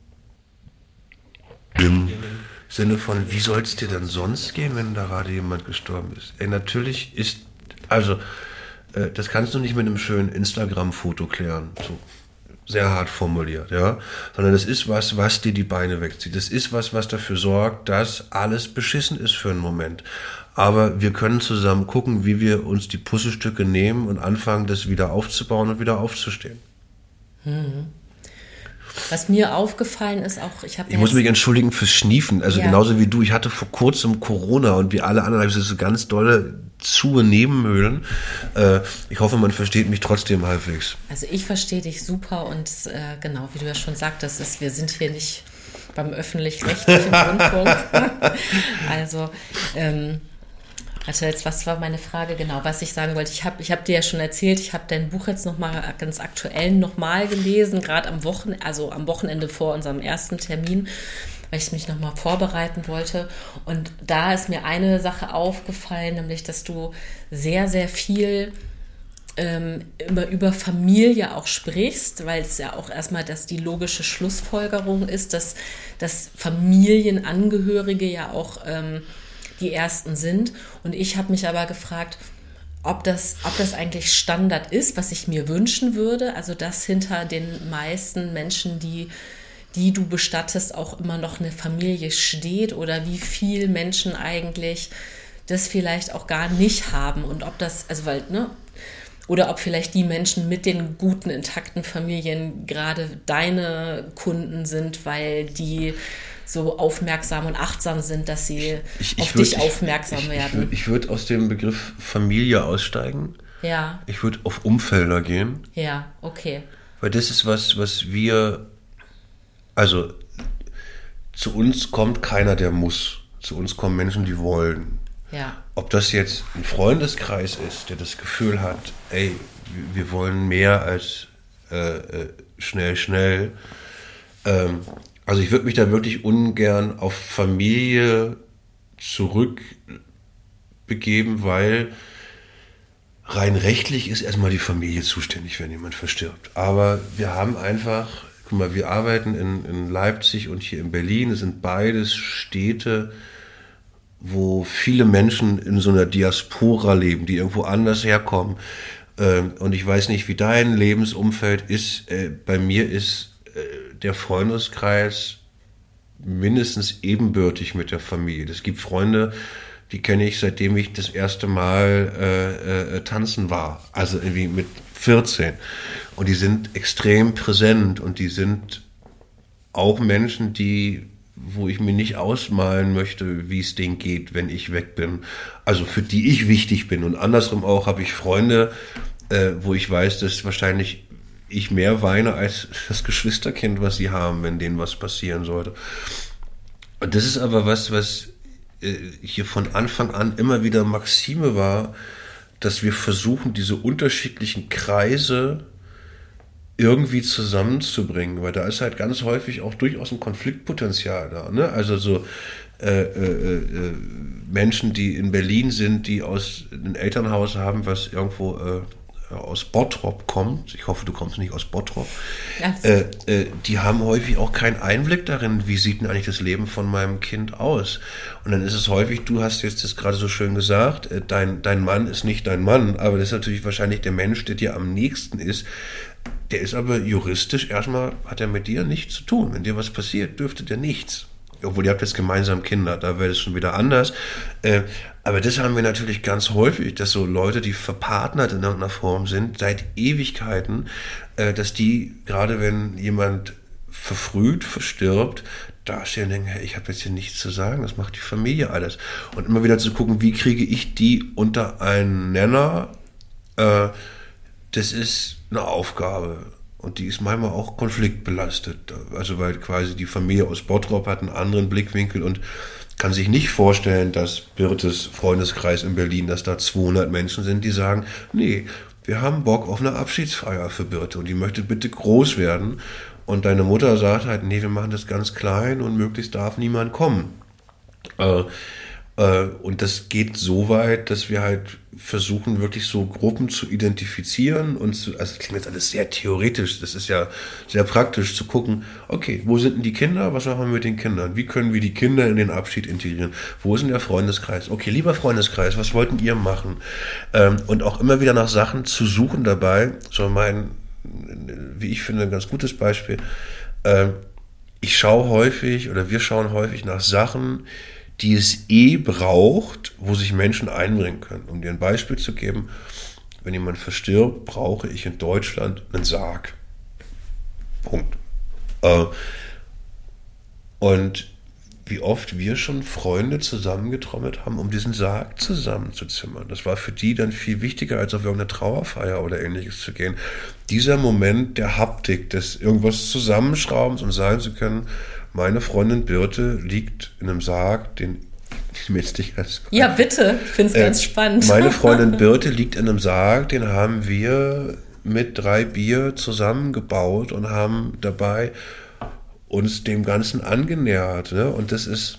im Sinne von, wie soll es dir denn sonst gehen, wenn da gerade jemand gestorben ist? Natürlich ist, also das kannst du nicht mit einem schönen Instagram-Foto klären, so sehr hart formuliert, ja, sondern das ist was dir die Beine wegzieht. Das ist was dafür sorgt, dass alles beschissen ist für einen Moment. Aber wir können zusammen gucken, wie wir uns die Puzzlestücke nehmen und anfangen, das wieder aufzubauen und wieder aufzustehen. Was mir aufgefallen ist, auch ich muss mich entschuldigen fürs Schniefen. Also genauso wie du. Ich hatte vor kurzem Corona und wie alle anderen habe ich so ganz dolle zu Nebenhöhlen. Ich hoffe, man versteht mich trotzdem halbwegs. Also ich verstehe dich super und genau, wie du ja schon sagtest, wir sind hier nicht beim öffentlich-rechtlichen Rundfunk. Also was war meine Frage? Genau, was ich sagen wollte. Ich hab dir ja schon erzählt, ich habe dein Buch jetzt nochmal ganz aktuell nochmal gelesen, gerade am Wochenende vor unserem ersten Termin, weil ich mich nochmal vorbereiten wollte. Und da ist mir eine Sache aufgefallen, nämlich, dass du sehr, sehr viel immer über Familie auch sprichst, weil es ja auch erstmal die logische Schlussfolgerung ist, dass Familienangehörige ja auch die Ersten sind. Und ich habe mich aber gefragt, ob das eigentlich Standard ist, was ich mir wünschen würde, also dass hinter den meisten Menschen, die du bestattest, auch immer noch eine Familie steht, oder wie viel Menschen eigentlich das vielleicht auch gar nicht haben, und ob das, also weil, ne, oder ob vielleicht die Menschen mit den guten, intakten Familien gerade deine Kunden sind, weil die so aufmerksam und achtsam sind, dass sie auf dich aufmerksam werden. Ich würde aus dem Begriff Familie aussteigen. Ja. Ich würde auf Umfelder gehen. Ja, okay. Weil das ist was wir, also zu uns kommt keiner, der muss. Zu uns kommen Menschen, die wollen. Ja. Ob das jetzt ein Freundeskreis ist, der das Gefühl hat, ey, wir wollen mehr als schnell. Also ich würde mich da wirklich ungern auf Familie zurückbegeben, weil rein rechtlich ist erstmal die Familie zuständig, wenn jemand verstirbt. Aber wir haben einfach, guck mal, wir arbeiten in Leipzig und hier in Berlin. Es sind beides Städte, wo viele Menschen in so einer Diaspora leben, die irgendwo anders herkommen. Und ich weiß nicht, wie dein Lebensumfeld ist. Bei mir ist der Freundeskreis mindestens ebenbürtig mit der Familie. Es gibt Freunde, die kenne ich, seitdem ich das erste Mal tanzen war. Also irgendwie mit 14. Und die sind extrem präsent, und die sind auch Menschen, wo ich mir nicht ausmalen möchte, wie es denen geht, wenn ich weg bin. Also für die ich wichtig bin. Und andersrum auch habe ich Freunde, wo ich weiß, dass wahrscheinlich ich mehr weine als das Geschwisterkind, was sie haben, wenn denen was passieren sollte. Und das ist aber was hier von Anfang an immer wieder Maxime war, dass wir versuchen, diese unterschiedlichen Kreise irgendwie zusammenzubringen, weil da ist halt ganz häufig auch durchaus ein Konfliktpotenzial da, ne? Also so Menschen, die in Berlin sind, die aus einem Elternhaus haben, was irgendwo aus Bottrop kommt, ich hoffe, du kommst nicht aus Bottrop, die haben häufig auch keinen Einblick darin, wie sieht denn eigentlich das Leben von meinem Kind aus. Und dann ist es häufig, du hast jetzt das gerade so schön gesagt, dein Mann ist nicht dein Mann, aber das ist natürlich wahrscheinlich der Mensch, der dir am nächsten ist. Der ist aber juristisch, erstmal hat er mit dir nichts zu tun. Wenn dir was passiert, dürfte der nichts. Obwohl, ihr habt jetzt gemeinsam Kinder, da wäre es schon wieder anders. Aber das haben wir natürlich ganz häufig, dass so Leute, die verpartnert in irgendeiner Form sind, seit Ewigkeiten, dass die, gerade wenn jemand verfrüht verstirbt, dastehen und denken, hey, ich habe jetzt hier nichts zu sagen, das macht die Familie alles. Und immer wieder zu gucken, wie kriege ich die unter einen Nenner, das ist eine Aufgabe. Und die ist manchmal auch konfliktbelastet. Also weil quasi die Familie aus Bottrop hat einen anderen Blickwinkel und kann sich nicht vorstellen, dass Birtes Freundeskreis in Berlin, dass da 200 Menschen sind, die sagen, nee, wir haben Bock auf eine Abschiedsfeier für Birte und die möchte bitte groß werden. Und deine Mutter sagt halt, nee, wir machen das ganz klein und möglichst darf niemand kommen. Und das geht so weit, dass wir halt versuchen, wirklich so Gruppen zu identifizieren und also das klingt jetzt alles sehr theoretisch, das ist ja sehr praktisch zu gucken, okay, wo sind denn die Kinder, was machen wir mit den Kindern, wie können wir die Kinder in den Abschied integrieren, wo ist denn der Freundeskreis, okay, lieber Freundeskreis, was wollten ihr machen, und auch immer wieder nach Sachen zu suchen dabei, so wie ich finde, ein ganz gutes Beispiel, wir schauen häufig nach Sachen, die es braucht, wo sich Menschen einbringen können. Um dir ein Beispiel zu geben, wenn jemand verstirbt, brauche ich in Deutschland einen Sarg. Punkt. Und wie oft wir schon Freunde zusammengetrommelt haben, um diesen Sarg zusammenzuzimmern. Das war für die dann viel wichtiger, als auf irgendeine Trauerfeier oder Ähnliches zu gehen. Dieser Moment der Haptik, des irgendwas Zusammenschraubens und sagen zu können, meine Freundin Birte liegt in einem Sarg, Ja, bitte, ich finde es ganz spannend. Meine Freundin Birte liegt in einem Sarg, den haben wir mit 3 Bier zusammengebaut und haben dabei uns dem Ganzen angenähert. Ne? Und das ist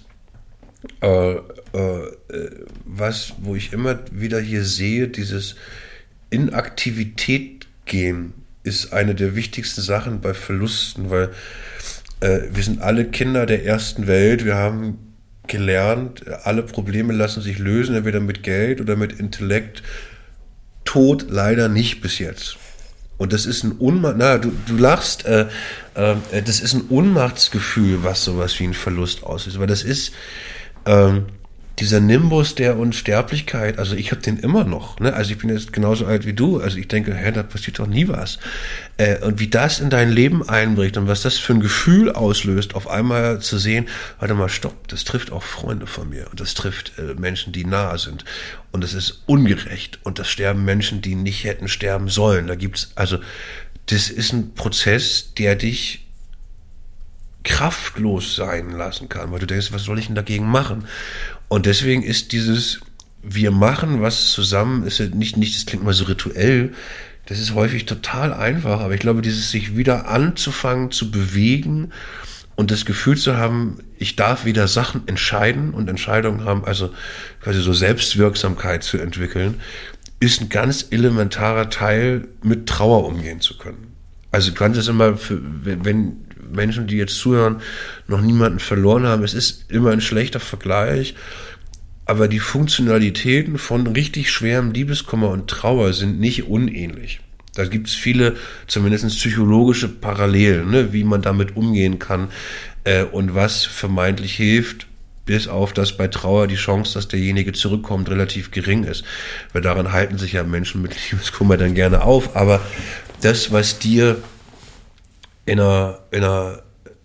was, wo ich immer wieder hier sehe, dieses in Aktivität gehen ist eine der wichtigsten Sachen bei Verlusten, weil wir sind alle Kinder der ersten Welt, wir haben gelernt, alle Probleme lassen sich lösen, entweder mit Geld oder mit Intellekt. Tod leider nicht bis jetzt. Und das ist ein du lachst, das ist ein Ohnmachtsgefühl, was sowas wie ein Verlust auslöst, weil das ist dieser Nimbus der Unsterblichkeit, also ich habe den immer noch, ne? Also ich bin jetzt genauso alt wie du, also ich denke, da passiert doch nie was. Und wie das in dein Leben einbricht und was das für ein Gefühl auslöst, auf einmal zu sehen, warte mal, stopp, das trifft auch Freunde von mir und das trifft Menschen, die nahe sind und das ist ungerecht und das sterben Menschen, die nicht hätten sterben sollen. Das ist ein Prozess, der dich kraftlos sein lassen kann, weil du denkst, was soll ich denn dagegen machen? Und deswegen ist dieses wir machen was zusammen, ist ja nicht, das klingt mal so rituell, das ist häufig total einfach, aber ich glaube, dieses sich wieder anzufangen zu bewegen und das Gefühl zu haben, ich darf wieder Sachen entscheiden und Entscheidungen haben, also quasi so Selbstwirksamkeit zu entwickeln, ist ein ganz elementarer Teil, mit Trauer umgehen zu können. Also du kannst es immer, wenn Menschen, die jetzt zuhören, noch niemanden verloren haben, es ist immer ein schlechter Vergleich, aber die Funktionalitäten von richtig schwerem Liebeskummer und Trauer sind nicht unähnlich. Da gibt es viele, zumindest psychologische Parallelen, ne, wie man damit umgehen kann und was vermeintlich hilft, bis auf, dass bei Trauer die Chance, dass derjenige zurückkommt, relativ gering ist. Weil daran halten sich ja Menschen mit Liebeskummer dann gerne auf, aber das, was dir in einer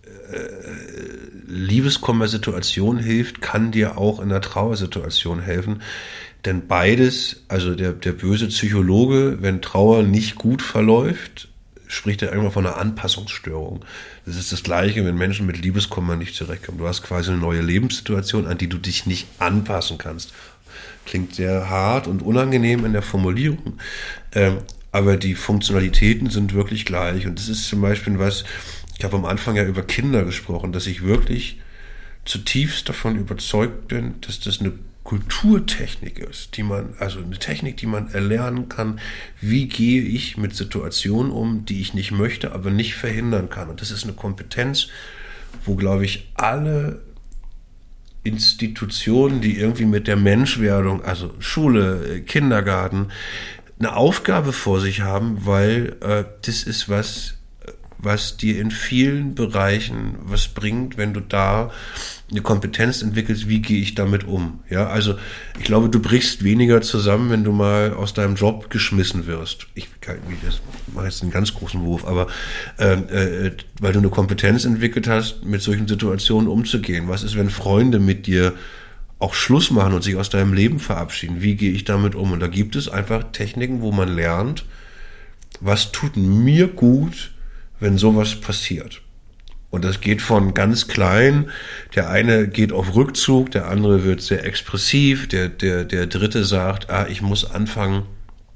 Liebeskummer-Situation hilft, kann dir auch in einer Trauersituation helfen. Denn beides, also der böse Psychologe, wenn Trauer nicht gut verläuft, spricht er irgendwann von einer Anpassungsstörung. Das ist das Gleiche, wenn Menschen mit Liebeskummer nicht zurechtkommen. Du hast quasi eine neue Lebenssituation, an die du dich nicht anpassen kannst. Klingt sehr hart und unangenehm in der Formulierung, aber die Funktionalitäten sind wirklich gleich. Und das ist zum Beispiel was, ich habe am Anfang ja über Kinder gesprochen, dass ich wirklich zutiefst davon überzeugt bin, dass das eine Kulturtechnik ist, eine Technik, die man erlernen kann, wie gehe ich mit Situationen um, die ich nicht möchte, aber nicht verhindern kann. Und das ist eine Kompetenz, wo, glaube ich, alle Institutionen, die irgendwie mit der Menschwerdung, also Schule, Kindergarten, eine Aufgabe vor sich haben, weil das ist was dir in vielen Bereichen was bringt, wenn du da eine Kompetenz entwickelst, wie gehe ich damit um? Ja, also ich glaube, du brichst weniger zusammen, wenn du mal aus deinem Job geschmissen wirst. Ich mache jetzt einen ganz großen Wurf, aber weil du eine Kompetenz entwickelt hast, mit solchen Situationen umzugehen. Was ist, wenn Freunde mit dir auch Schluss machen und sich aus deinem Leben verabschieden? Wie gehe ich damit um? Und da gibt es einfach Techniken, wo man lernt, was tut mir gut, wenn sowas passiert. Und das geht von ganz klein, der eine geht auf Rückzug, der andere wird sehr expressiv, der dritte sagt, ich muss anfangen,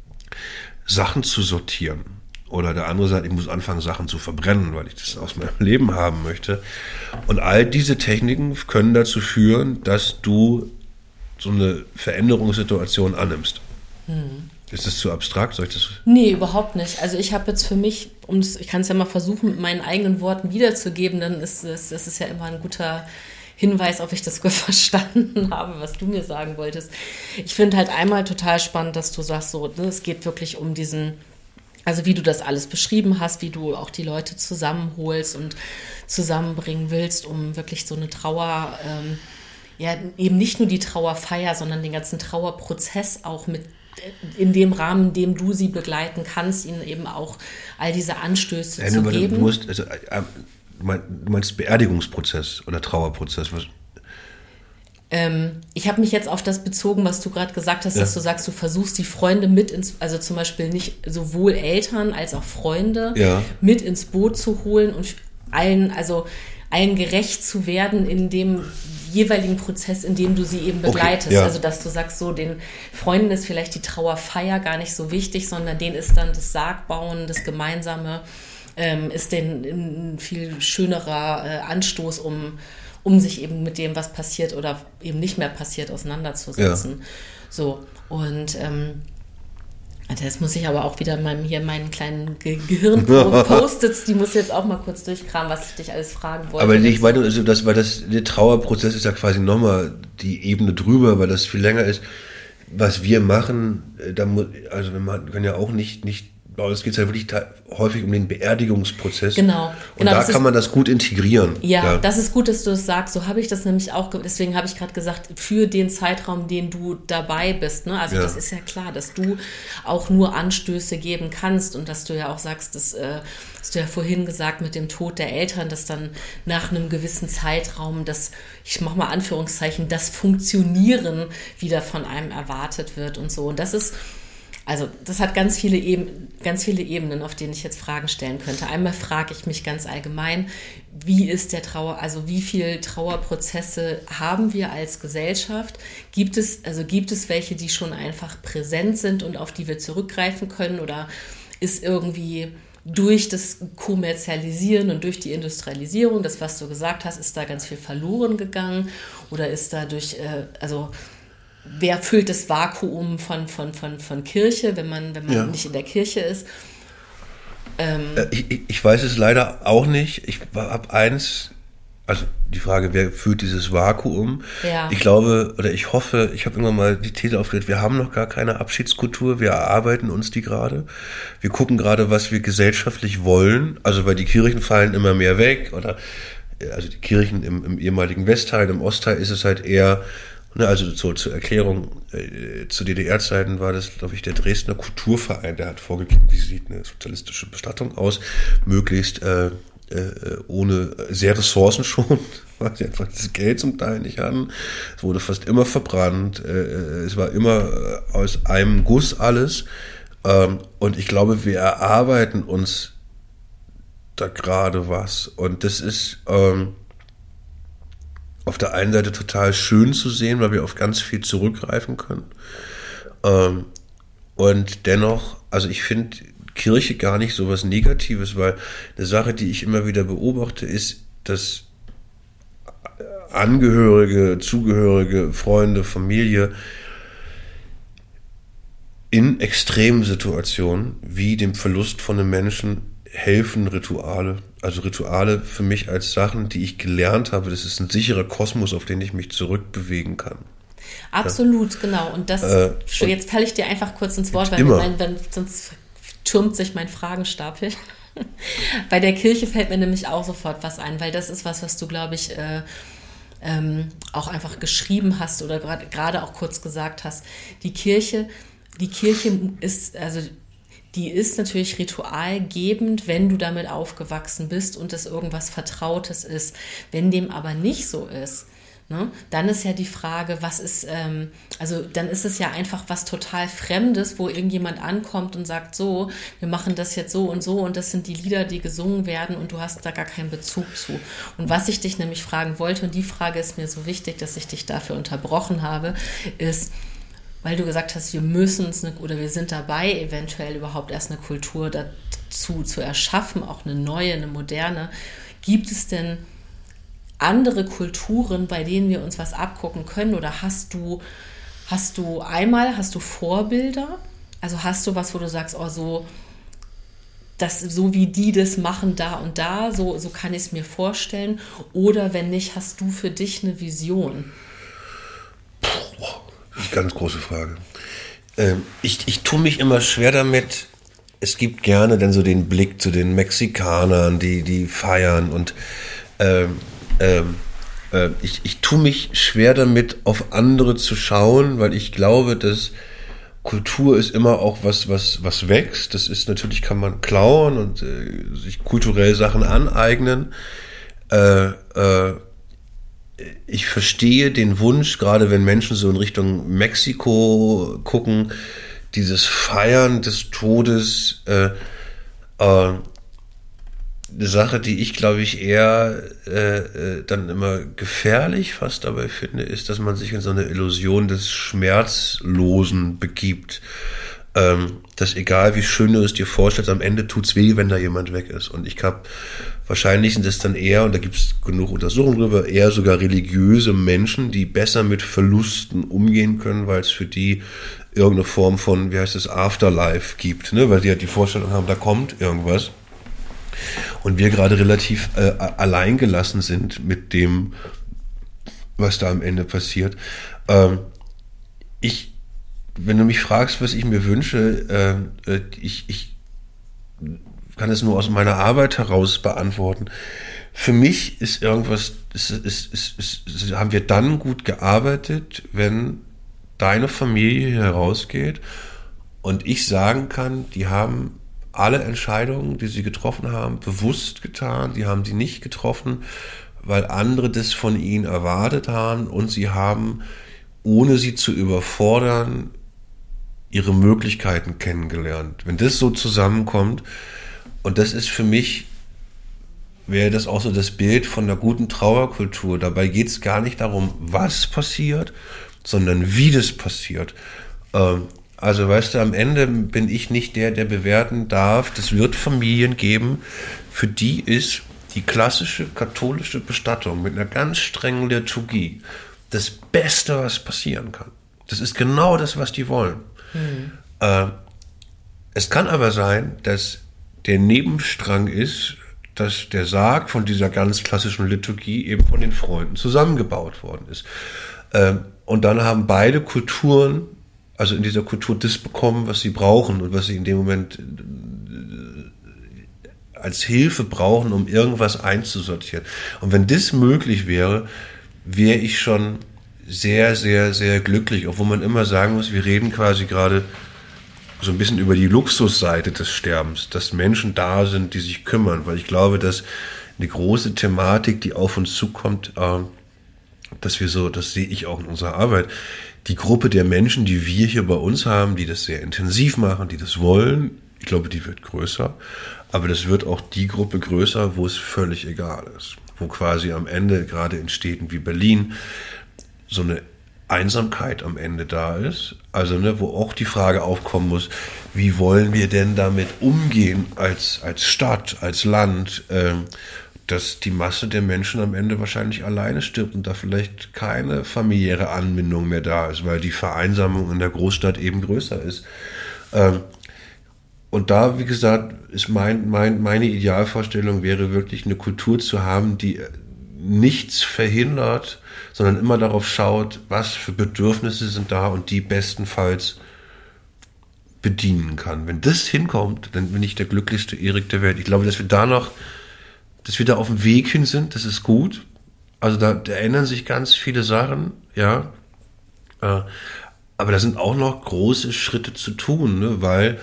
Sachen zu sortieren. Oder der andere sagt, ich muss anfangen, Sachen zu verbrennen, weil ich das aus meinem Leben haben möchte. Und all diese Techniken können dazu führen, dass du so eine Veränderungssituation annimmst. Ist das zu abstrakt? Soll ich das? Nee, überhaupt nicht. Also ich habe jetzt für mich, ich kann es ja mal versuchen, mit meinen eigenen Worten wiederzugeben, dann ist es ja immer ein guter Hinweis, ob ich das gut verstanden habe, was du mir sagen wolltest. Ich finde halt einmal total spannend, dass du sagst, so, ne, es geht wirklich um diesen, also wie du das alles beschrieben hast, wie du auch die Leute zusammenholst und zusammenbringen willst, um wirklich so eine Trauer, eben nicht nur die Trauerfeier, sondern den ganzen Trauerprozess auch mit in dem Rahmen, in dem du sie begleiten kannst, ihnen eben auch all diese Anstöße zu geben. Du meinst Beerdigungsprozess oder Trauerprozess? Was? Ich habe mich jetzt auf das bezogen, was du gerade gesagt hast, dass du sagst, du versuchst die Freunde also zum Beispiel nicht sowohl Eltern als auch Freunde mit ins Boot zu holen und allen gerecht zu werden in dem jeweiligen Prozess, in dem du sie eben begleitest. Okay, ja. Also dass du sagst, so den Freunden ist vielleicht die Trauerfeier gar nicht so wichtig, sondern denen ist dann das Sargbauen, das gemeinsame ist ein viel schönerer Anstoß, um sich eben mit dem, was passiert oder eben nicht mehr passiert, auseinanderzusetzen. Ja. So, und das muss ich aber auch wieder meinen kleinen Gehirn-Post-its, die muss jetzt auch mal kurz durchkramen, was ich dich alles fragen wollte. Aber ich meine, also der Trauerprozess ist ja quasi nochmal die Ebene drüber, weil das viel länger ist. Was wir machen, also wir können ja auch nicht, es geht ja wirklich häufig um den Beerdigungsprozess. Genau. Und da kann man das gut integrieren. Ja, das ist gut, dass du das sagst. So habe ich das nämlich auch, deswegen habe ich gerade gesagt, für den Zeitraum, den du dabei bist. Ne? Also das ist ja klar, dass du auch nur Anstöße geben kannst und dass du ja auch sagst, dass hast du ja vorhin gesagt mit dem Tod der Eltern, dass dann nach einem gewissen Zeitraum ich mache mal Anführungszeichen, das Funktionieren wieder von einem erwartet wird und so. Und das ist... Also das hat ganz viele Ebenen, auf denen ich jetzt Fragen stellen könnte. Einmal frage ich mich ganz allgemein, wie ist der Trauer, also wie viele Trauerprozesse haben wir als Gesellschaft? Gibt es welche, die schon einfach präsent sind und auf die wir zurückgreifen können? Oder ist irgendwie durch das Kommerzialisieren und durch die Industrialisierung, das, was du gesagt hast, ist da ganz viel verloren gegangen? Oder ist da wer füllt das Vakuum von Kirche, wenn man nicht in der Kirche ist? Ich weiß es leider auch nicht. Ich habe also die Frage, wer füllt dieses Vakuum? Ja. Ich glaube oder ich hoffe, ich habe irgendwann mal die These aufgestellt, wir haben noch gar keine Abschiedskultur, wir erarbeiten uns die gerade. Wir gucken gerade, was wir gesellschaftlich wollen, also weil die Kirchen fallen immer mehr weg also die Kirchen im ehemaligen Westteil, im Ostteil ist es halt eher. Also zur Erklärung, zu DDR-Zeiten war das, glaube ich, der Dresdner Kulturverein, der hat vorgegeben, wie sieht eine sozialistische Bestattung aus, möglichst ohne sehr ressourcenschonend, weil sie einfach das Geld zum Teil nicht hatten. Es wurde fast immer verbrannt, es war immer aus einem Guss alles. Und ich glaube, wir erarbeiten uns da gerade was. Und das ist... auf der einen Seite total schön zu sehen, weil wir auf ganz viel zurückgreifen können. Und dennoch, also ich finde Kirche gar nicht so was Negatives, weil eine Sache, die ich immer wieder beobachte, ist, dass Angehörige, Zugehörige, Freunde, Familie in extremen Situationen wie dem Verlust von einem Menschen helfen Rituale. Also Rituale für mich als Sachen, die ich gelernt habe, das ist ein sicherer Kosmos, auf den ich mich zurückbewegen kann. Absolut, ja. Genau. Und jetzt falle ich dir einfach kurz ins Wort, weil sonst türmt sich mein Fragenstapel. Bei der Kirche fällt mir nämlich auch sofort was ein, weil das ist was du, glaube ich, auch einfach geschrieben hast oder gerade auch kurz gesagt hast. Die Kirche ist, also die ist natürlich ritualgebend, wenn du damit aufgewachsen bist und es irgendwas Vertrautes ist. Wenn dem aber nicht so ist, ne, dann ist ja die Frage, was ist, dann ist es ja einfach was total Fremdes, wo irgendjemand ankommt und sagt, so, wir machen das jetzt so und das sind die Lieder, die gesungen werden und du hast da gar keinen Bezug zu. Und was ich dich nämlich fragen wollte, und die Frage ist mir so wichtig, dass ich dich dafür unterbrochen habe, ist, weil du gesagt hast, wir sind dabei, eventuell überhaupt erst eine Kultur dazu zu erschaffen, auch eine neue, eine moderne. Gibt es denn andere Kulturen, bei denen wir uns was abgucken können? Oder hast du Vorbilder? Also hast du was, wo du sagst, so wie die das machen da und da, so kann ich es mir vorstellen. Oder wenn nicht, hast du für dich eine Vision? Ganz große Frage. Ich tue mich immer schwer damit. Es gibt gerne dann so den Blick zu den Mexikanern, die feiern und ich tue mich schwer damit, auf andere zu schauen, weil ich glaube, dass Kultur ist immer auch was wächst. Das ist natürlich, kann man klauen und sich kulturell Sachen aneignen. Ich verstehe den Wunsch, gerade wenn Menschen so in Richtung Mexiko gucken, dieses Feiern des Todes, eine Sache, die ich, glaube ich, eher dann immer gefährlich fast dabei finde, ist, dass man sich in so eine Illusion des Schmerzlosen begibt. dass egal wie schön du es dir vorstellst, am Ende tut's weh, wenn da jemand weg ist. Und ich glaube, wahrscheinlich sind es dann eher, und da gibt es genug Untersuchungen drüber, eher sogar religiöse Menschen, die besser mit Verlusten umgehen können, weil es für die irgendeine Form von, wie heißt es, Afterlife gibt, ne? Weil die halt die Vorstellung haben, da kommt irgendwas. Und wir gerade relativ alleingelassen sind mit dem, was da am Ende passiert. Wenn du mich fragst, was ich mir wünsche, ich kann es nur aus meiner Arbeit heraus beantworten. Für mich ist irgendwas, haben wir dann gut gearbeitet, wenn deine Familie hier rausgeht und ich sagen kann, die haben alle Entscheidungen, die sie getroffen haben, bewusst getan, die haben die nicht getroffen, weil andere das von ihnen erwartet haben und sie haben, ohne sie zu überfordern, ihre Möglichkeiten kennengelernt. Wenn das so zusammenkommt, und das ist für mich, wäre das auch so das Bild von einer guten Trauerkultur. Dabei geht es gar nicht darum, was passiert, sondern wie das passiert. Also weißt du, am Ende bin ich nicht der bewerten darf. Das wird Familien geben, für die ist die klassische katholische Bestattung mit einer ganz strengen Liturgie das Beste, was passieren kann. Das ist genau das, was die wollen. Es kann aber sein, dass der Nebenstrang ist, dass der Sarg von dieser ganz klassischen Liturgie eben von den Freunden zusammengebaut worden ist. Und dann haben beide Kulturen, also in dieser Kultur, das bekommen, was sie brauchen und was sie in dem Moment als Hilfe brauchen, um irgendwas einzusortieren. Und wenn das möglich wäre, wäre ich schon sehr, sehr, sehr glücklich, obwohl man immer sagen muss, wir reden quasi gerade so ein bisschen über die Luxusseite des Sterbens, dass Menschen da sind, die sich kümmern, weil ich glaube, dass eine große Thematik, die auf uns zukommt, dass wir so, das sehe ich auch in unserer Arbeit, die Gruppe der Menschen, die wir hier bei uns haben, die das sehr intensiv machen, die das wollen, ich glaube, die wird größer, aber das wird auch die Gruppe größer, wo es völlig egal ist, wo quasi am Ende, gerade in Städten wie Berlin, so eine Einsamkeit am Ende da ist, also ne, wo auch die Frage aufkommen muss, wie wollen wir denn damit umgehen als Stadt, als Land, dass die Masse der Menschen am Ende wahrscheinlich alleine stirbt und da vielleicht keine familiäre Anbindung mehr da ist, weil die Vereinsamung in der Großstadt eben größer ist. Und da, wie gesagt, ist meine Idealvorstellung wäre wirklich eine Kultur zu haben, die nichts verhindert, sondern immer darauf schaut, was für Bedürfnisse sind da und die bestenfalls bedienen kann. Wenn das hinkommt, dann bin ich der glücklichste Erik der Welt. Ich glaube, dass wir da auf dem Weg hin sind, das ist gut. Also da ändern sich ganz viele Sachen, ja. Aber da sind auch noch große Schritte zu tun, ne? Weil,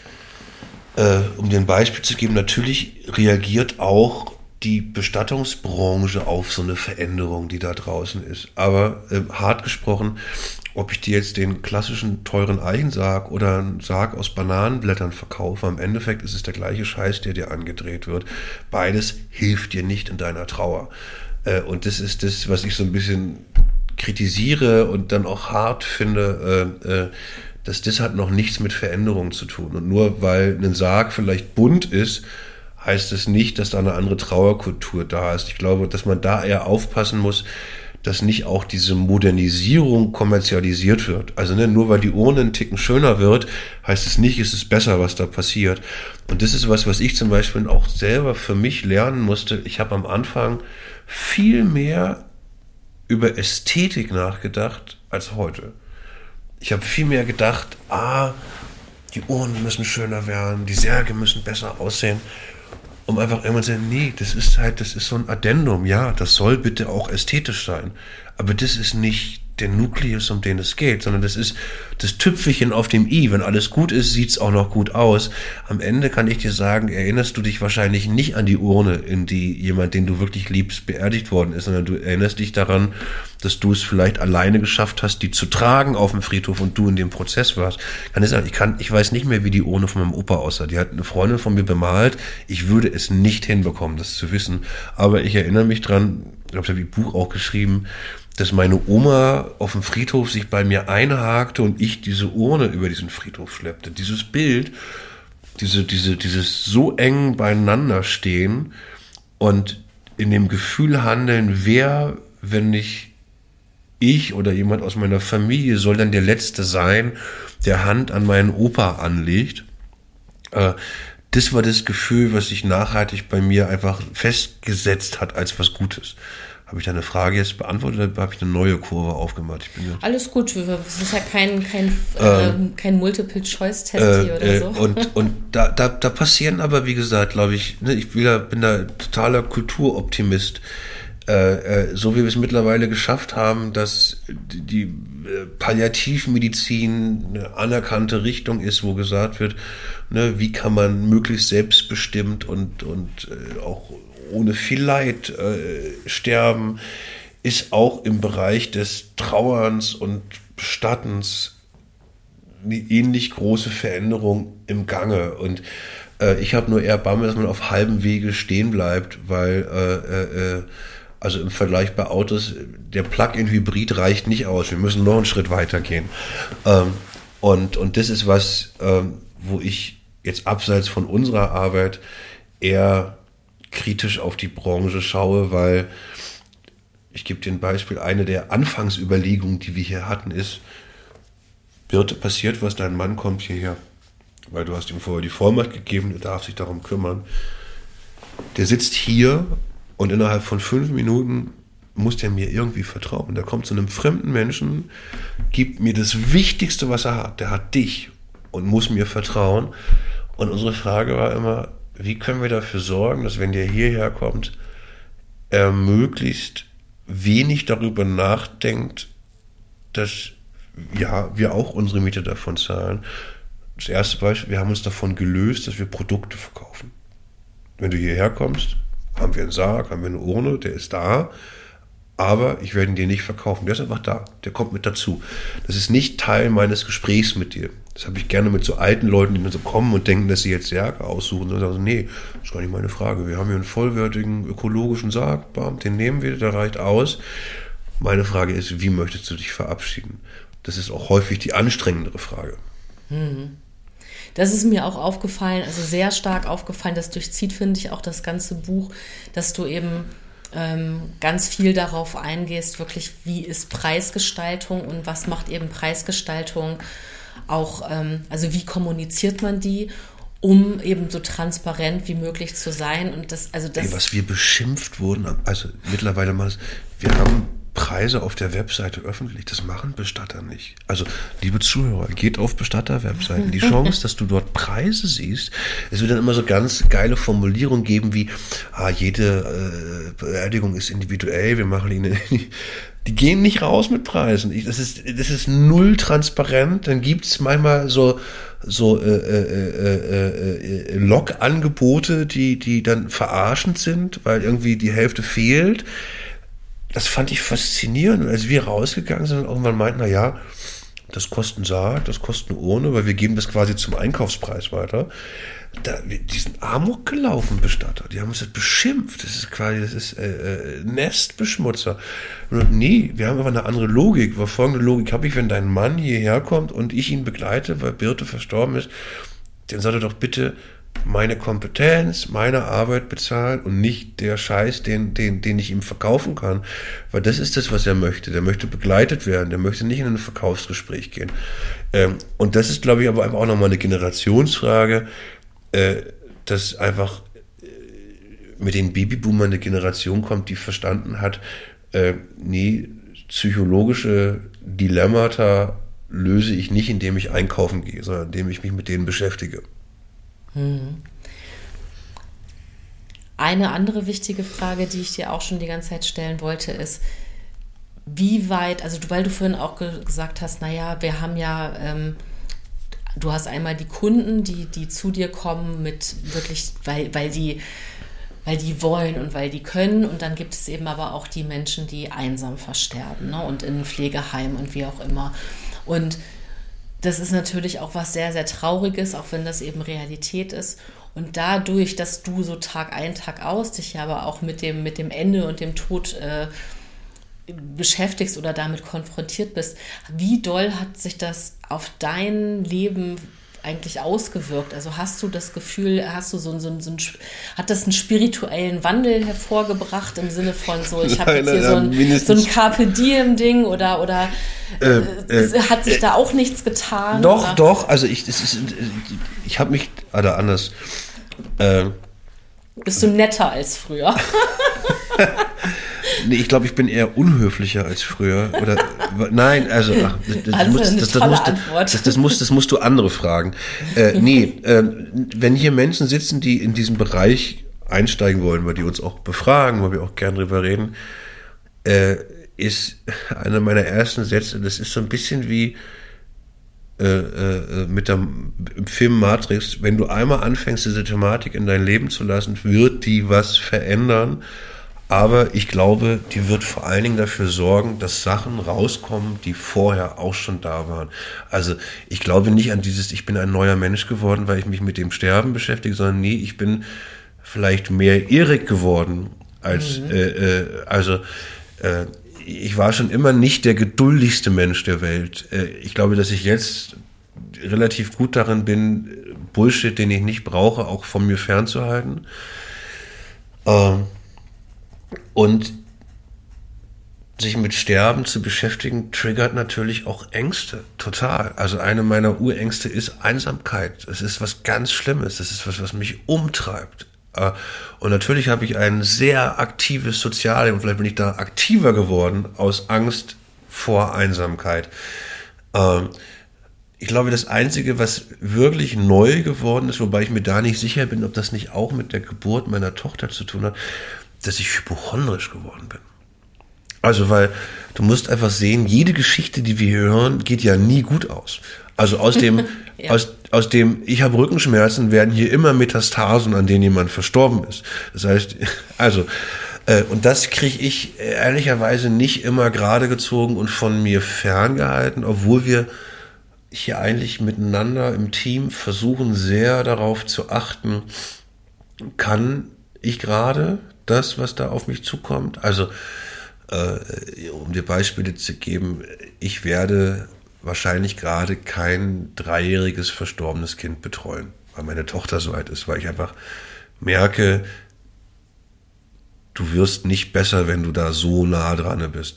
um dir ein Beispiel zu geben, natürlich reagiert auch die Bestattungsbranche auf so eine Veränderung, die da draußen ist. Aber hart gesprochen, ob ich dir jetzt den klassischen teuren Eichensarg oder einen Sarg aus Bananenblättern verkaufe, am Endeffekt ist es der gleiche Scheiß, der dir angedreht wird. Beides hilft dir nicht in deiner Trauer. Und das ist das, was ich so ein bisschen kritisiere und dann auch hart finde, dass das hat noch nichts mit Veränderungen zu tun. Und nur weil ein Sarg vielleicht bunt ist, heißt es nicht, dass da eine andere Trauerkultur da ist. Ich glaube, dass man da eher aufpassen muss, dass nicht auch diese Modernisierung kommerzialisiert wird. Also ne, nur weil die Urne einen Ticken schöner wird, heißt es nicht, es ist besser, was da passiert. Und das ist was ich zum Beispiel auch selber für mich lernen musste. Ich habe am Anfang viel mehr über Ästhetik nachgedacht als heute. Ich habe viel mehr gedacht, die Urnen müssen schöner werden, die Särge müssen besser aussehen. Um einfach irgendwann zu sagen, nee, das ist so ein Addendum, ja, das soll bitte auch ästhetisch sein. Aber das ist nicht der Nukleus, um den es geht, sondern das ist das Tüpfelchen auf dem i. Wenn alles gut ist, sieht's auch noch gut aus. Am Ende kann ich dir sagen, erinnerst du dich wahrscheinlich nicht an die Urne, in die jemand, den du wirklich liebst, beerdigt worden ist, sondern du erinnerst dich daran, dass du es vielleicht alleine geschafft hast, die zu tragen auf dem Friedhof und du in dem Prozess warst. Ich weiß nicht mehr, wie die Urne von meinem Opa aussah. Die hat eine Freundin von mir bemalt. Ich würde es nicht hinbekommen, das zu wissen. Aber ich erinnere mich dran, ich glaube, ich habe ein Buch auch geschrieben, dass meine Oma auf dem Friedhof sich bei mir einhakte und ich diese Urne über diesen Friedhof schleppte. Dieses Bild, dieses so eng beieinander stehen und in dem Gefühl handeln, wer, wenn nicht ich oder jemand aus meiner Familie, soll dann der Letzte sein, der Hand an meinen Opa anlegt. Das war das Gefühl, was sich nachhaltig bei mir einfach festgesetzt hat als was Gutes. Habe ich deine Frage jetzt beantwortet oder habe ich eine neue Kurve aufgemacht? Alles gut, es ist ja kein Multiple-Choice-Test hier oder so. Und da passieren aber, wie gesagt, glaube ich, ne, bin da totaler Kulturoptimist. So wie wir es mittlerweile geschafft haben, dass die Palliativmedizin eine anerkannte Richtung ist, wo gesagt wird, ne, wie kann man möglichst selbstbestimmt und auch ohne viel Leid sterben, ist auch im Bereich des Trauerns und Bestattens eine ähnlich große Veränderung im Gange. Und ich habe nur eher Bammel, dass man auf halbem Wege stehen bleibt, weil also im Vergleich bei Autos, der Plug-in-Hybrid reicht nicht aus. Wir müssen noch einen Schritt weiter gehen. Und das ist was, wo ich jetzt abseits von unserer Arbeit eher kritisch auf die Branche schaue, weil ich gebe dir ein Beispiel, eine der Anfangsüberlegungen, die wir hier hatten, ist, Birte, passiert was, dein Mann kommt hierher, weil du hast ihm vorher die Vollmacht gegeben, er darf sich darum kümmern. Der sitzt hier und innerhalb von 5 Minuten muss der mir irgendwie vertrauen. Der kommt zu einem fremden Menschen, gibt mir das Wichtigste, was er hat. Der hat dich und muss mir vertrauen. Und unsere Frage war immer, wie können wir dafür sorgen, dass wenn der hierher kommt, er möglichst wenig darüber nachdenkt, dass ja, wir auch unsere Miete davon zahlen. Das erste Beispiel, wir haben uns davon gelöst, dass wir Produkte verkaufen. Wenn du hierher kommst, haben wir einen Sarg, haben wir eine Urne, der ist da, aber ich werde ihn dir nicht verkaufen. Der ist einfach da, der kommt mit dazu. Das ist nicht Teil meines Gesprächs mit dir. Das habe ich gerne mit so alten Leuten, die dann so kommen und denken, dass sie jetzt Särge aussuchen. Und sagen, nee, das ist gar nicht meine Frage. Wir haben hier einen vollwertigen ökologischen Sarg, bam, den nehmen wir, der reicht aus. Meine Frage ist, wie möchtest du dich verabschieden? Das ist auch häufig die anstrengendere Frage. Das ist mir auch aufgefallen, also sehr stark aufgefallen. Das durchzieht, finde ich, auch das ganze Buch, dass du eben ganz viel darauf eingehst, wirklich, wie ist Preisgestaltung und was macht eben Preisgestaltung auch, also wie kommuniziert man die, um eben so transparent wie möglich zu sein. Und das, was wir beschimpft wurden, also mittlerweile mal, wir haben Preise auf der Webseite öffentlich, das machen Bestatter nicht. Also, liebe Zuhörer, geht auf Bestatter-Webseiten. Die Chance, dass du dort Preise siehst, es wird dann immer so ganz geile Formulierungen geben wie, jede Beerdigung ist individuell, wir machen ihnen, die gehen nicht raus mit Preisen. Das ist null transparent, dann gibt's manchmal so Log-Angebote, die dann verarschend sind, weil irgendwie die Hälfte fehlt. Das fand ich faszinierend. Und als wir rausgegangen sind und irgendwann meinten, das kostet ein Sarg, das kostet eine Urne, weil wir geben das quasi zum Einkaufspreis weiter. Die sind Amok gelaufen, Bestatter. Die haben uns das beschimpft. Das ist Nestbeschmutzer. Und nee, wir haben aber eine andere Logik. Weil folgende Logik habe ich, wenn dein Mann hierher kommt und ich ihn begleite, weil Birte verstorben ist, dann soll er doch bitte meine Kompetenz, meine Arbeit bezahlen und nicht der Scheiß, den ich ihm verkaufen kann. Weil das ist das, was er möchte. Der möchte begleitet werden. Der möchte nicht in ein Verkaufsgespräch gehen. Und das ist, glaube ich, aber einfach auch nochmal eine Generationsfrage, dass einfach mit den Babyboomern eine Generation kommt, die verstanden hat, psychologische Dilemmata löse ich nicht, indem ich einkaufen gehe, sondern indem ich mich mit denen beschäftige. Eine andere wichtige Frage, die ich dir auch schon die ganze Zeit stellen wollte, ist, wie weit, also weil du vorhin auch gesagt hast, wir haben ja, du hast einmal die Kunden, die zu dir kommen mit wirklich, weil die wollen und weil die können, und dann gibt es eben aber auch die Menschen, die einsam versterben, ne? Und in Pflegeheimen und wie auch immer. Und das ist natürlich auch was sehr, sehr Trauriges, auch wenn das eben Realität ist. Und dadurch, dass du so Tag ein, Tag aus dich ja aber auch mit dem Ende und dem Tod beschäftigst oder damit konfrontiert bist, wie doll hat sich das auf dein Leben eigentlich ausgewirkt? Also hast du das Gefühl, hat das einen spirituellen Wandel hervorgebracht im Sinne von so, ich habe jetzt hier so ein Carpe Diem Ding oder hat sich da auch nichts getan? Doch, also ich habe mich, oder anders. Bist du netter als früher? Nee, ich glaube, ich bin eher unhöflicher als früher. Oder nein, also das musst du andere fragen. Wenn hier Menschen sitzen, die in diesen Bereich einsteigen wollen, weil die uns auch befragen, weil wir auch gern drüber reden, ist einer meiner ersten Sätze, das ist so ein bisschen wie im Film Matrix, wenn du einmal anfängst, diese Thematik in dein Leben zu lassen, wird die was verändern. Aber ich glaube, die wird vor allen Dingen dafür sorgen, dass Sachen rauskommen, die vorher auch schon da waren. Also ich glaube nicht an dieses, ich bin ein neuer Mensch geworden, weil ich mich mit dem Sterben beschäftige, sondern nee, ich bin vielleicht mehr Erik geworden als, ich war schon immer nicht der geduldigste Mensch der Welt. Ich glaube, dass ich jetzt relativ gut darin bin, Bullshit, den ich nicht brauche, auch von mir fernzuhalten. Und sich mit Sterben zu beschäftigen, triggert natürlich auch Ängste, total. Also eine meiner Urängste ist Einsamkeit. Das ist was ganz Schlimmes. Das ist was mich umtreibt. Und natürlich habe ich ein sehr aktives Sozialleben. Vielleicht bin ich da aktiver geworden aus Angst vor Einsamkeit. Ich glaube, das Einzige, was wirklich neu geworden ist, wobei ich mir da nicht sicher bin, ob das nicht auch mit der Geburt meiner Tochter zu tun hat, dass ich hypochondrisch geworden bin. Also, weil du musst einfach sehen, jede Geschichte, die wir hier hören, geht ja nie gut aus. Also aus dem, ja. aus dem, ich habe Rückenschmerzen, werden hier immer Metastasen, an denen jemand verstorben ist. Das heißt, und das kriege ich ehrlicherweise nicht immer gerade gezogen und von mir ferngehalten, obwohl wir hier eigentlich miteinander im Team versuchen, sehr darauf zu achten, kann ich gerade das, was da auf mich zukommt. Also, um dir Beispiele zu geben, ich werde wahrscheinlich gerade kein 3-jähriges verstorbenes Kind betreuen, weil meine Tochter so alt ist, weil ich einfach merke, du wirst nicht besser, wenn du da so nah dran bist.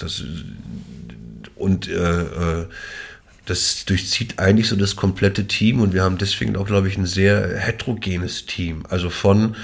Das durchzieht eigentlich so das komplette Team und wir haben deswegen auch, glaube ich, ein sehr heterogenes Team. Also von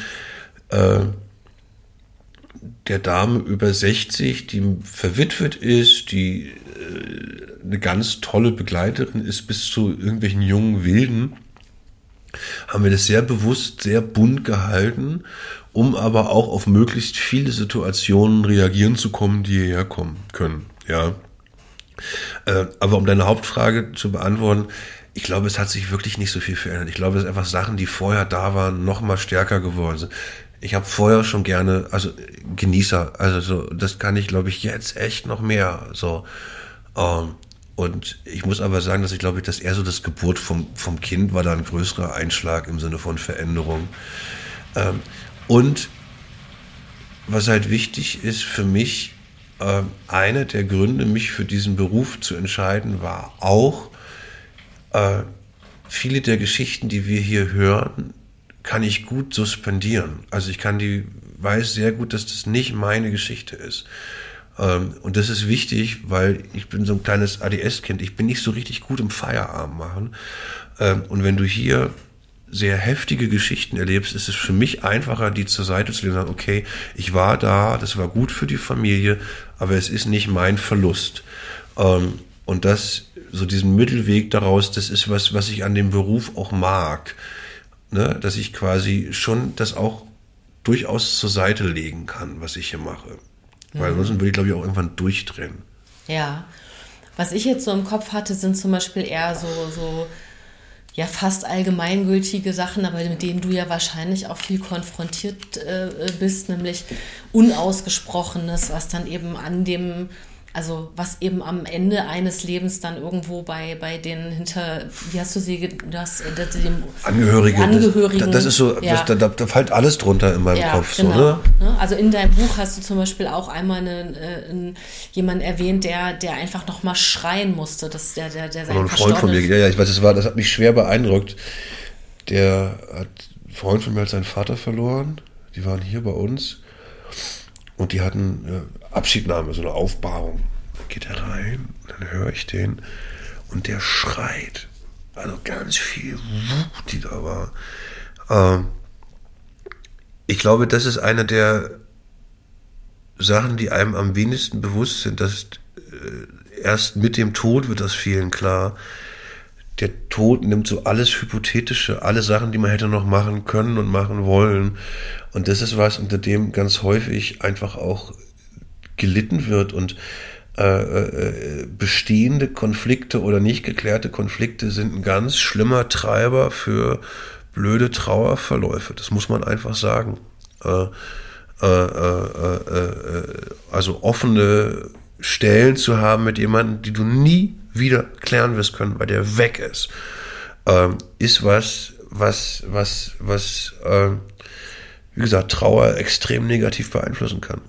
der Dame über 60, die verwitwet ist, die eine ganz tolle Begleiterin ist, bis zu irgendwelchen jungen Wilden, haben wir das sehr bewusst, sehr bunt gehalten, um aber auch auf möglichst viele Situationen reagieren zu kommen, die hierher kommen können. Ja. Aber um deine Hauptfrage zu beantworten, ich glaube, es hat sich wirklich nicht so viel verändert. Ich glaube, es sind einfach Sachen, die vorher da waren, noch mal stärker geworden sind. Ich habe vorher schon gerne, also Genießer, also so, das kann ich, glaube ich, jetzt echt noch mehr. So. Und ich muss aber sagen, dass ich glaube, dass eher so das Geburt vom Kind war da ein größerer Einschlag im Sinne von Veränderung. Und was halt wichtig ist für mich, einer der Gründe, mich für diesen Beruf zu entscheiden, war auch, viele der Geschichten, die wir hier hören, kann ich gut suspendieren. Also ich weiß sehr gut, dass das nicht meine Geschichte ist. Und das ist wichtig, weil ich bin so ein kleines ADS-Kind. Ich bin nicht so richtig gut im Feierabend machen. Und wenn du hier sehr heftige Geschichten erlebst, ist es für mich einfacher, die zur Seite zu legen und sagen, okay, ich war da, das war gut für die Familie, aber es ist nicht mein Verlust. Und das, so diesen Mittelweg daraus, das ist was ich an dem Beruf auch mag. Ne? Dass ich quasi schon das auch durchaus zur Seite legen kann, was ich hier mache. Weil ansonsten würde ich, glaube ich, auch irgendwann durchdrehen. Ja. Was ich jetzt so im Kopf hatte, sind zum Beispiel eher so ja, fast allgemeingültige Sachen, aber mit denen du ja wahrscheinlich auch viel konfrontiert bist, nämlich Unausgesprochenes, was dann eben an dem also was eben am Ende eines Lebens dann irgendwo bei den wie hast du sie, dem Angehörigen. Das ist so, ja. da fällt alles drunter in meinem Kopf. Genau. So, ne? Also in deinem Buch hast du zum Beispiel auch einmal jemanden erwähnt, der einfach nochmal schreien musste, dass der sein ein Freund von mir, ja, ich weiß, das hat mich schwer beeindruckt. Der hat einen Freund von mir als seinen Vater verloren. Die waren hier bei uns. Und die hatten Abschiednahme, so eine Aufbahrung. Dann geht er rein, dann höre ich den und der schreit. Also ganz viel Wut, die da war. Ich glaube, das ist eine der Sachen, die einem am wenigsten bewusst sind, dass erst mit dem Tod wird das vielen klar. Der Tod nimmt so alles Hypothetische, alle Sachen, die man hätte noch machen können und machen wollen. Und das ist was, unter dem ganz häufig einfach auch gelitten wird und bestehende Konflikte oder nicht geklärte Konflikte sind ein ganz schlimmer Treiber für blöde Trauerverläufe. Das muss man einfach sagen. Also offene Stellen zu haben mit jemandem, die du nie wieder klären wirst können, weil der weg ist, ist was wie gesagt, Trauer extrem negativ beeinflussen kann.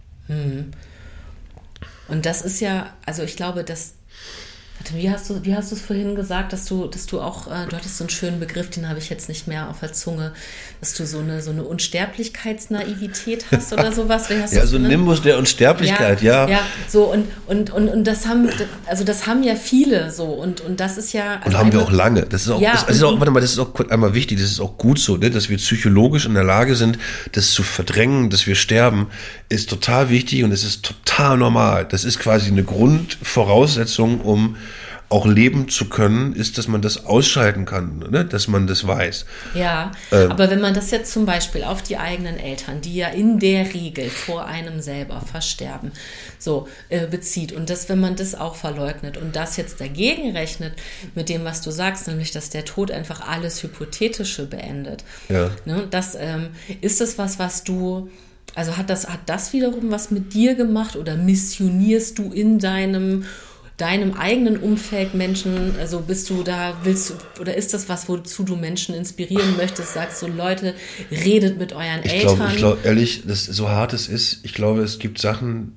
Und das ist ja, also ich glaube, wie hast du es vorhin gesagt, dass du auch, du hattest so einen schönen Begriff, den habe ich jetzt nicht mehr auf der Zunge, dass du so eine Unsterblichkeitsnaivität hast oder sowas. Ja, so ein Nimbus der Unsterblichkeit, ja. Ja, so und das haben ja viele so und das ist ja. Also und haben wir auch lange. Das ist auch, das ist auch einmal wichtig, das ist auch gut so, ne, dass wir psychologisch in der Lage sind, das zu verdrängen, dass wir sterben, ist total wichtig und es ist total normal. Das ist quasi eine Grundvoraussetzung, um auch leben zu können, ist, dass man das ausschalten kann, ne? Dass man das weiß. Ja, aber wenn man das jetzt zum Beispiel auf die eigenen Eltern, die ja in der Regel vor einem selber versterben, so bezieht und wenn man das auch verleugnet und das jetzt dagegen rechnet mit dem, was du sagst, nämlich, dass der Tod einfach alles Hypothetische beendet. Ja. Ne? Das ist das was du, also hat das wiederum was mit dir gemacht oder missionierst du in deinem eigenen Umfeld Menschen, also bist du da, oder ist das was, wozu du Menschen inspirieren möchtest, sagst so, Leute, redet mit euren Eltern? Ich glaube, ehrlich, so hart es ist, ich glaube, es gibt Sachen,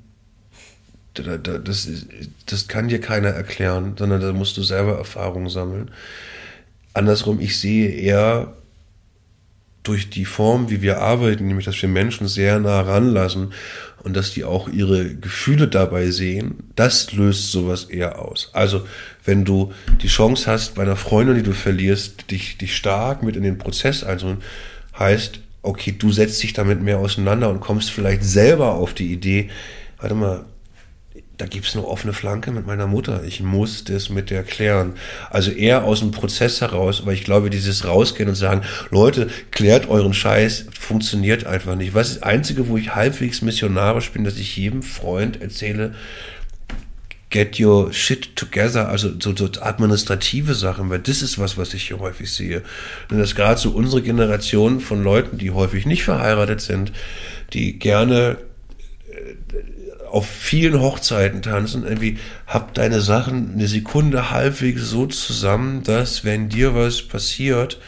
das kann dir keiner erklären, sondern da musst du selber Erfahrungen sammeln. Andersrum, ich sehe eher durch die Form, wie wir arbeiten, nämlich, dass wir Menschen sehr nah ranlassen und dass die auch ihre Gefühle dabei sehen, das löst sowas eher aus. Also, wenn du die Chance hast, bei einer Freundin, die du verlierst, dich stark mit in den Prozess einzuholen, heißt, okay, du setzt dich damit mehr auseinander und kommst vielleicht selber auf die Idee, warte mal, da gibt's eine offene Flanke mit meiner Mutter. Ich muss das mit der klären. Also eher aus dem Prozess heraus, weil ich glaube, dieses Rausgehen und sagen, Leute, klärt euren Scheiß, funktioniert einfach nicht. Was ist das Einzige, wo ich halbwegs missionarisch bin, dass ich jedem Freund erzähle, get your shit together, also so administrative Sachen, weil das ist was ich hier häufig sehe. Und das ist gerade so unsere Generation von Leuten, die häufig nicht verheiratet sind, die gerne auf vielen Hochzeiten tanzen, irgendwie hab deine Sachen eine Sekunde halbwegs so zusammen, dass, wenn dir was passiert,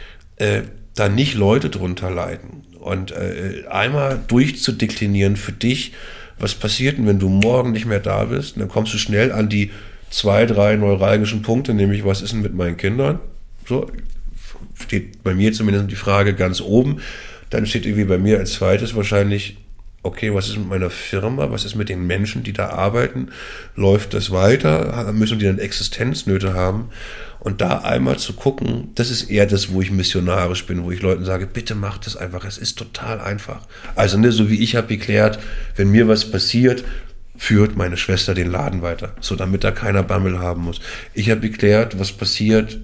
da nicht Leute drunter leiden. Und einmal durchzudeklinieren für dich, was passiert denn, wenn du morgen nicht mehr da bist, und dann kommst du schnell an die 2, 3 neuralgischen Punkte, nämlich, was ist denn mit meinen Kindern? So steht bei mir zumindest die Frage ganz oben. Dann steht irgendwie bei mir als zweites wahrscheinlich, okay, was ist mit meiner Firma? Was ist mit den Menschen, die da arbeiten? Läuft das weiter? Müssen die dann Existenznöte haben? Und da einmal zu gucken, das ist eher das, wo ich missionarisch bin, wo ich Leuten sage, bitte macht das einfach. Es ist total einfach. Also, ne, so wie ich habe geklärt, wenn mir was passiert, führt meine Schwester den Laden weiter, so damit da keiner Bammel haben muss. Ich habe geklärt, was passiert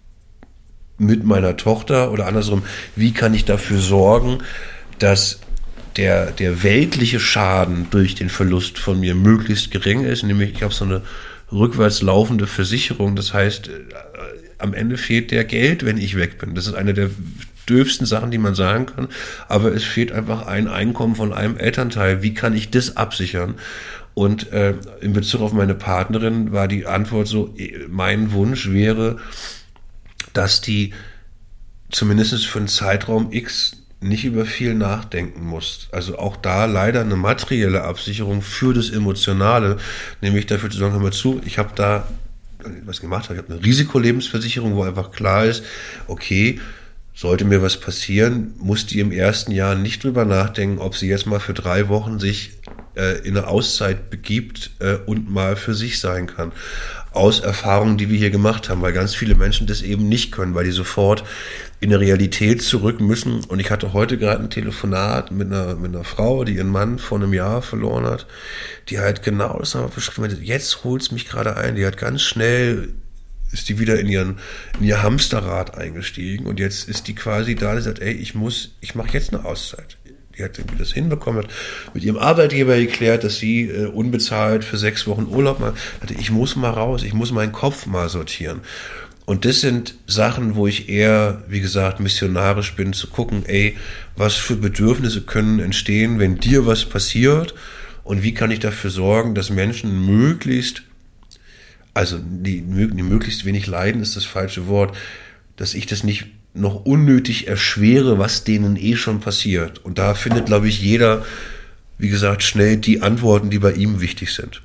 mit meiner Tochter oder andersrum, wie kann ich dafür sorgen, dass der weltliche Schaden durch den Verlust von mir möglichst gering ist, nämlich ich habe so eine rückwärts laufende Versicherung, das heißt, am Ende fehlt der Geld, wenn ich weg bin. Das ist eine der dürfsten Sachen, die man sagen kann, aber es fehlt einfach ein Einkommen von einem Elternteil. Wie kann ich das absichern? Und in Bezug auf meine Partnerin war die Antwort so, mein Wunsch wäre, dass die zumindest für einen Zeitraum X nicht über viel nachdenken muss. Also auch da leider eine materielle Absicherung für das Emotionale, nämlich dafür zu sagen, hör mal zu, ich habe da was gemacht, ich habe eine Risikolebensversicherung, wo einfach klar ist, okay, sollte mir was passieren, muss die im ersten Jahr nicht drüber nachdenken, ob sie jetzt mal für 3 Wochen sich in eine Auszeit begibt und mal für sich sein kann. Aus Erfahrungen, die wir hier gemacht haben, weil ganz viele Menschen das eben nicht können, weil die sofort in der Realität zurück müssen. Und ich hatte heute gerade ein Telefonat mit einer Frau, die ihren Mann vor einem Jahr verloren hat, die halt genau das nochmal beschrieben hat. Jetzt holt's mich gerade ein. Die hat ganz schnell, ist die wieder in ihr Hamsterrad eingestiegen und jetzt ist die quasi da, die sagt, ey, ich mache jetzt eine Auszeit. Die hat irgendwie das hinbekommen, hat mit ihrem Arbeitgeber geklärt, dass sie unbezahlt für 6 Wochen Urlaub macht. Ich muss mal raus, ich muss meinen Kopf mal sortieren. Und das sind Sachen, wo ich eher, wie gesagt, missionarisch bin, zu gucken, ey, was für Bedürfnisse können entstehen, wenn dir was passiert und wie kann ich dafür sorgen, dass Menschen möglichst, also die möglichst wenig leiden, ist das falsche Wort, dass ich das nicht noch unnötig erschwere, was denen schon passiert. Und da findet, glaube ich, jeder, wie gesagt, schnell die Antworten, die bei ihm wichtig sind.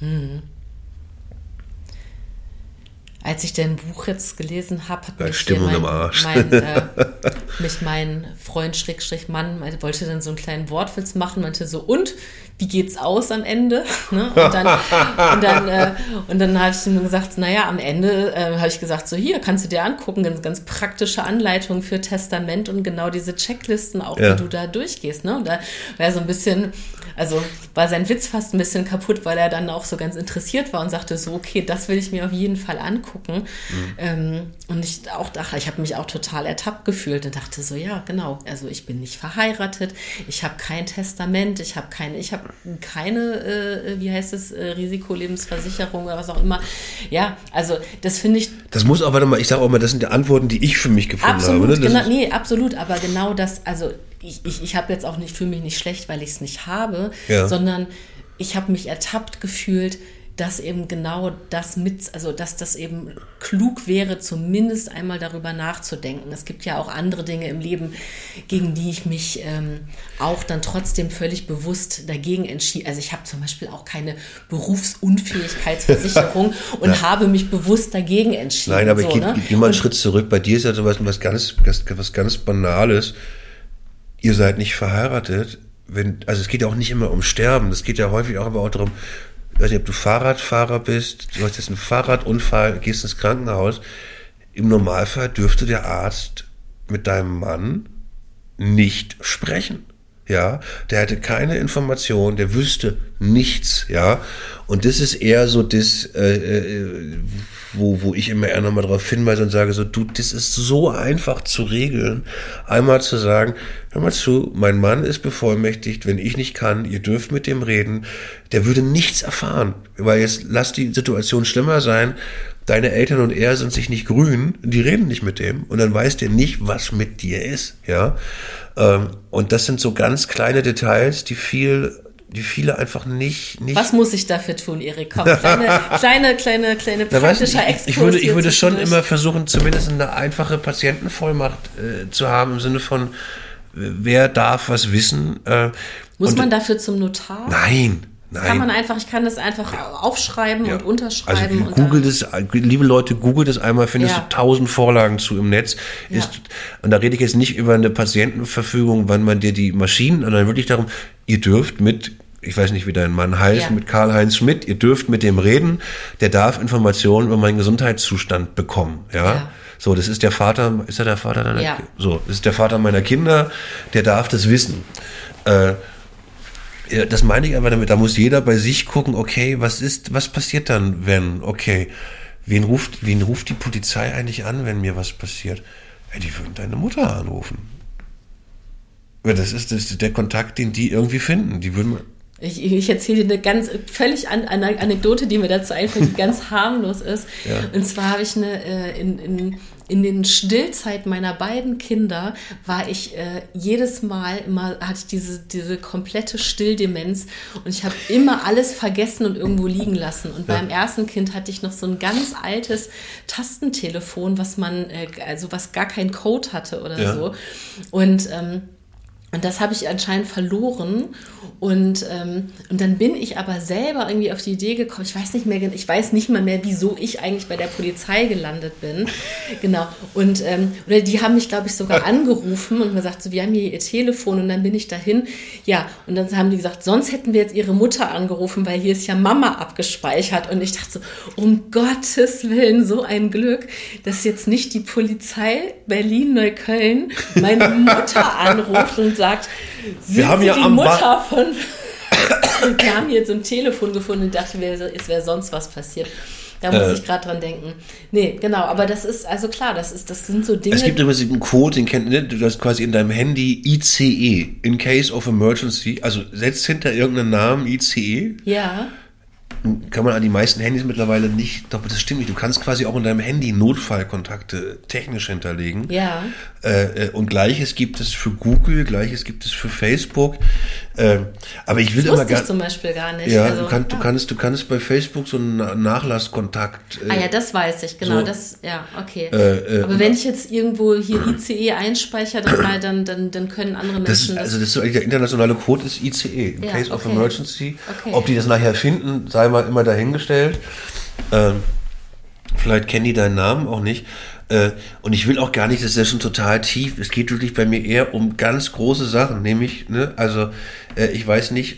Als ich dein Buch jetzt gelesen habe, hat mich Stimmung im Arsch. Mein Freund Mann wollte dann so einen kleinen Wortwitz machen, meinte so, und wie geht's aus am Ende? Ne? Und dann habe ich ihm gesagt, naja, am Ende habe ich gesagt, so hier, kannst du dir angucken, ganz praktische Anleitungen für Testament und genau diese Checklisten auch, die du da durchgehst. Ne? Und da war er so ein bisschen, also war sein Witz fast ein bisschen kaputt, weil er dann auch so ganz interessiert war und sagte so, okay, das will ich mir auf jeden Fall angucken. Und ich auch dachte, ich habe mich auch total ertappt gefühlt und dachte so, ja, genau, also ich bin nicht verheiratet, ich habe kein Testament, ich habe keine Risikolebensversicherung oder was auch immer. Ja, also das finde ich... Das muss auch, warte mal, ich sage auch mal, das sind die Antworten, die ich für mich gefunden habe. Ne? Nee, absolut, aber genau das, also ich habe jetzt auch nicht, fühle mich nicht schlecht, weil ich es nicht habe, sondern ich habe mich ertappt gefühlt, dass eben genau das dass das eben klug wäre, zumindest einmal darüber nachzudenken. Es gibt ja auch andere Dinge im Leben, gegen die ich mich auch dann trotzdem völlig bewusst dagegen entschieden. Also ich habe zum Beispiel auch keine Berufsunfähigkeitsversicherung und habe mich bewusst dagegen entschieden. Nein, aber ich gehe mal einen Schritt zurück. Bei dir ist ja sowas was ganz Banales. Ihr seid nicht verheiratet. Also es geht ja auch nicht immer um Sterben. Es geht ja häufig auch darum, ich weiß nicht, ob du Fahrradfahrer bist, du hast jetzt einen Fahrradunfall, gehst ins Krankenhaus. Im Normalfall dürfte der Arzt mit deinem Mann nicht sprechen. Ja, der hätte keine Information, der wüsste nichts, ja. Und das ist eher so das, wo ich immer eher nochmal drauf hinweise und sage so, du, das ist so einfach zu regeln. Einmal zu sagen, hör mal zu, mein Mann ist bevollmächtigt, wenn ich nicht kann, ihr dürft mit dem reden, der würde nichts erfahren, weil jetzt lass die Situation schlimmer sein, deine Eltern und er sind sich nicht grün, die reden nicht mit dem und dann weiß der nicht, was mit dir ist, ja. Und das sind so ganz kleine Details, die viele einfach nicht... Was muss ich dafür tun, Erik? Komm, kleine praktischer Exkurs. Ich würde schon immer versuchen, zumindest eine einfache Patientenvollmacht zu haben, im Sinne von, wer darf was wissen. Muss man dafür zum Notar? Nein. Ich kann das einfach aufschreiben und unterschreiben. Also liebe Leute, googelt es einmal, findest du 1000 Vorlagen zu im Netz. Und da rede ich jetzt nicht über eine Patientenverfügung, wann man dir die Maschinen, sondern wirklich darum, ihr dürft ich weiß nicht, wie dein Mann heißt, mit Karl-Heinz Schmidt, ihr dürft mit dem reden, der darf Informationen über meinen Gesundheitszustand bekommen, ja. So, das ist der Vater, ist er der Vater deiner Kinder? So, das ist der Vater meiner Kinder, der darf das wissen. Das meine ich aber damit, da muss jeder bei sich gucken, okay, was passiert dann, wen ruft die Polizei eigentlich an, wenn mir was passiert? Ja, die würden deine Mutter anrufen. Das ist der Kontakt, den die irgendwie finden. Die würden... Ich erzähle dir eine völlig Anekdote, die mir dazu einfällt, die ganz harmlos ist. Ja. Und zwar habe ich in den Stillzeiten meiner beiden Kinder war ich jedes Mal immer, hatte ich diese komplette Stilldemenz und ich habe immer alles vergessen und irgendwo liegen lassen. Und beim ersten Kind hatte ich noch so ein ganz altes Tastentelefon, was gar keinen Code hatte oder so. Und das habe ich anscheinend verloren und dann bin ich aber selber irgendwie auf die Idee gekommen, ich weiß nicht mal mehr, wieso ich eigentlich bei der Polizei gelandet bin. Genau. Und oder die haben mich, glaube ich, sogar angerufen und gesagt, so, wir haben hier ihr Telefon und dann bin ich dahin. Ja, und dann haben die gesagt, sonst hätten wir jetzt ihre Mutter angerufen, weil hier ist ja Mama abgespeichert. Und ich dachte so, um Gottes Willen, so ein Glück, dass jetzt nicht die Polizei Berlin-Neukölln meine Mutter anruft und sagt, wir haben ja die Mutter von... Wir haben jetzt so ein Telefon gefunden und dachte, es wäre sonst was passiert. Da muss ich gerade dran denken. Nee, genau, aber das ist, also klar, das sind so Dinge... Es gibt übrigens einen Code, den kennt ihr, du hast quasi in deinem Handy ICE, in case of emergency, also setzt hinter irgendeinen Namen ICE. Ja. Kann man an die meisten Handys mittlerweile nicht, doch das stimmt nicht, du kannst quasi auch in deinem Handy Notfallkontakte technisch hinterlegen. Ja. Und Gleiches gibt es für Google, Gleiches gibt es für Facebook. Aber ich will das immer gar ich zum Beispiel gar nicht. Ja, also, du kannst bei Facebook so einen Nachlasskontakt. Ja, das weiß ich, genau. So, das, ja, okay. Aber wenn ich jetzt irgendwo hier ICE einspeichere, dann können andere Menschen das ist so, der internationale Code ist ICE, in case of emergency. Okay. Ob die das nachher finden, sei mal immer dahingestellt. Vielleicht kennen die deinen Namen auch nicht. Und ich will auch gar nicht, das ist ja schon total tief, es geht wirklich bei mir eher um ganz große Sachen, nämlich, ich weiß nicht,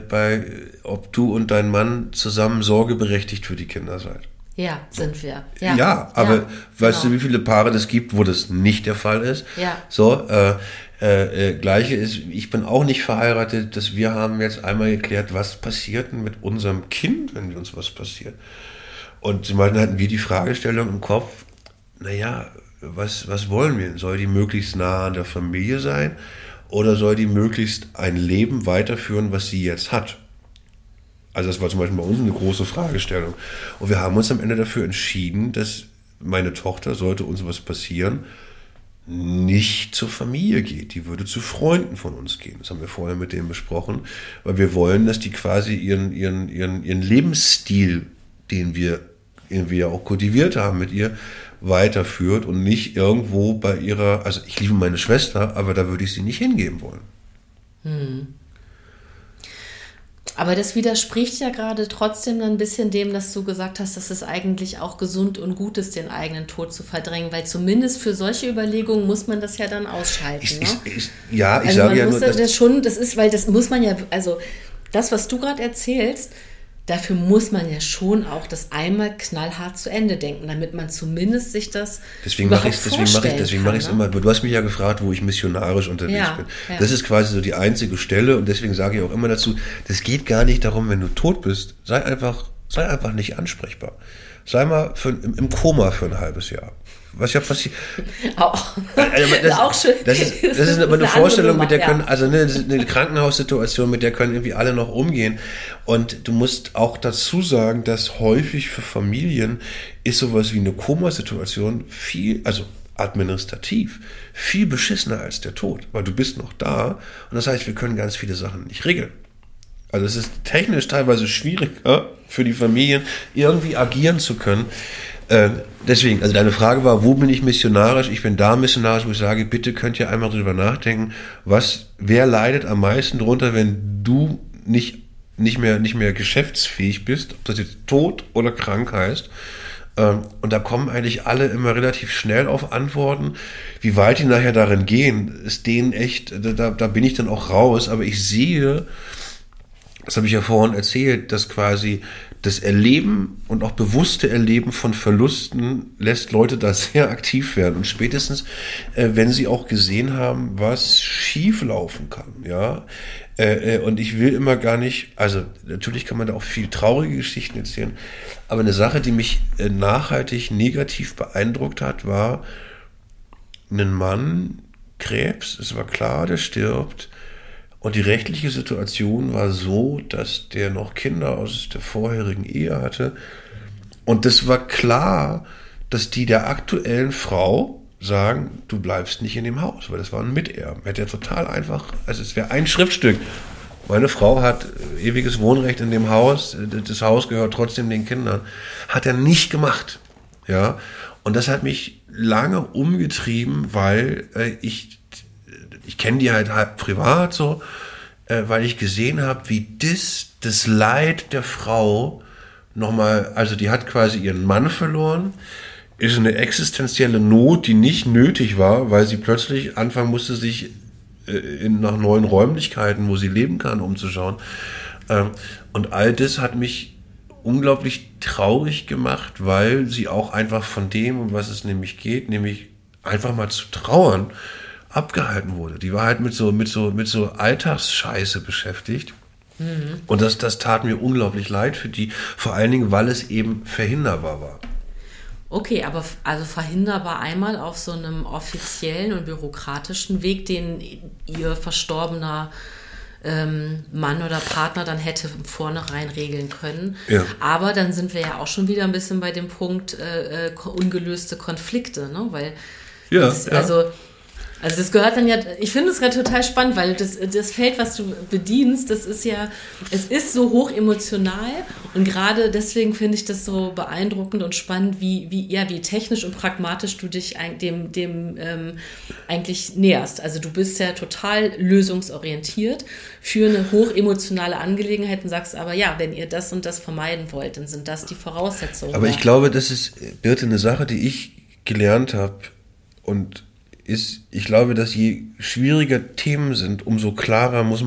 ob du und dein Mann zusammen sorgeberechtigt für die Kinder seid. Ja, sind wir. Ja, aber weißt du, wie viele Paare das gibt, wo das nicht der Fall ist? Ja. So, Gleiche ist, ich bin auch nicht verheiratet, wir haben jetzt einmal geklärt, was passiert denn mit unserem Kind, wenn uns was passiert? Und zum Beispiel hatten wir die Fragestellung im Kopf, naja, was wollen wir? Soll die möglichst nah an der Familie sein oder soll die möglichst ein Leben weiterführen, was sie jetzt hat? Also das war zum Beispiel bei uns eine große Fragestellung. Und wir haben uns am Ende dafür entschieden, dass meine Tochter, sollte uns was passieren, nicht zur Familie geht. Die würde zu Freunden von uns gehen. Das haben wir vorher mit denen besprochen, weil wir wollen, dass die quasi ihren Lebensstil, den wir irgendwie auch kultiviert haben mit ihr, weiterführt und nicht irgendwo bei ihrer, also ich liebe meine Schwester, aber da würde ich sie nicht hingeben wollen. Aber das widerspricht ja gerade trotzdem ein bisschen dem, dass du gesagt hast, dass es eigentlich auch gesund und gut ist, den eigenen Tod zu verdrängen, weil zumindest für solche Überlegungen muss man das ja dann ausschalten. Ich sage ja nur, das muss man ja, also das, was du gerade erzählst, dafür muss man ja schon auch das einmal knallhart zu Ende denken, damit man zumindest sich das Deswegen mache ich es immer. Du hast mich ja gefragt, wo ich missionarisch unterwegs bin. Ja. Das ist quasi so die einzige Stelle und deswegen sage ich auch immer dazu, das geht gar nicht darum, wenn du tot bist, sei einfach nicht ansprechbar. Sei mal im Koma für ein halbes Jahr. Was ja passiert. Auch schön. Das ist aber eine Vorstellung, mit der können, also eine Krankenhaussituation, mit der können irgendwie alle noch umgehen. Und du musst auch dazu sagen, dass häufig für Familien ist sowas wie eine Komasituation administrativ viel beschissener als der Tod, weil du bist noch da und das heißt, wir können ganz viele Sachen nicht regeln. Also es ist technisch teilweise schwieriger für die Familien, irgendwie agieren zu können. Deswegen, also deine Frage war, wo bin ich missionarisch? Ich bin da missionarisch, wo ich sage, bitte könnt ihr einmal drüber nachdenken, wer leidet am meisten drunter, wenn du nicht mehr geschäftsfähig bist, ob das jetzt Tod oder krank heißt. Und da kommen eigentlich alle immer relativ schnell auf Antworten. Wie weit die nachher darin gehen, ist denen echt, da bin ich dann auch raus, aber ich sehe, das habe ich ja vorhin erzählt, dass quasi das Erleben und auch bewusste Erleben von Verlusten lässt Leute da sehr aktiv werden. Und spätestens, wenn sie auch gesehen haben, was schief laufen kann, ja. Und ich will immer gar nicht, also natürlich kann man da auch viel traurige Geschichten erzählen, aber eine Sache, die mich nachhaltig negativ beeindruckt hat, war ein Mann, Krebs, es war klar, der stirbt. Und die rechtliche Situation war so, dass der noch Kinder aus der vorherigen Ehe hatte. Und das war klar, dass die der aktuellen Frau sagen, du bleibst nicht in dem Haus, weil das war ein Miterben. Hätte ja total einfach, also es wäre ein Schriftstück. Meine Frau hat ewiges Wohnrecht in dem Haus, das Haus gehört trotzdem den Kindern. Hat er nicht gemacht. Ja, und das hat mich lange umgetrieben, weil ich kenne die halt halb privat so, weil ich gesehen habe, wie das Leid der Frau nochmal, also die hat quasi ihren Mann verloren, ist eine existenzielle Not, die nicht nötig war, weil sie plötzlich anfangen musste, sich nach neuen Räumlichkeiten, wo sie leben kann, umzuschauen. Und all das hat mich unglaublich traurig gemacht, weil sie auch einfach von dem, um was es nämlich geht, nämlich einfach mal zu trauern, abgehalten wurde. Die war halt mit so Alltagsscheiße beschäftigt. Mhm. Und das tat mir unglaublich leid für die, vor allen Dingen, weil es eben verhinderbar war. Okay, aber also verhinderbar einmal auf so einem offiziellen und bürokratischen Weg, den ihr verstorbener Mann oder Partner dann hätte vornherein regeln können. Ja. Aber dann sind wir ja auch schon wieder ein bisschen bei dem Punkt ungelöste Konflikte, ne? Weil also das gehört dann ja, ich finde es gerade total spannend, weil das Feld, was du bedienst, es ist so hoch emotional und gerade deswegen finde ich das so beeindruckend und spannend, wie technisch und pragmatisch du dich dem eigentlich näherst. Also du bist ja total lösungsorientiert für eine hoch emotionale Angelegenheit und sagst aber, ja, wenn ihr das und das vermeiden wollt, dann sind das die Voraussetzungen. Aber ich glaube, das ist, Birte, eine Sache, die ich gelernt habe und ich glaube, dass je schwieriger Themen sind, umso klarer muss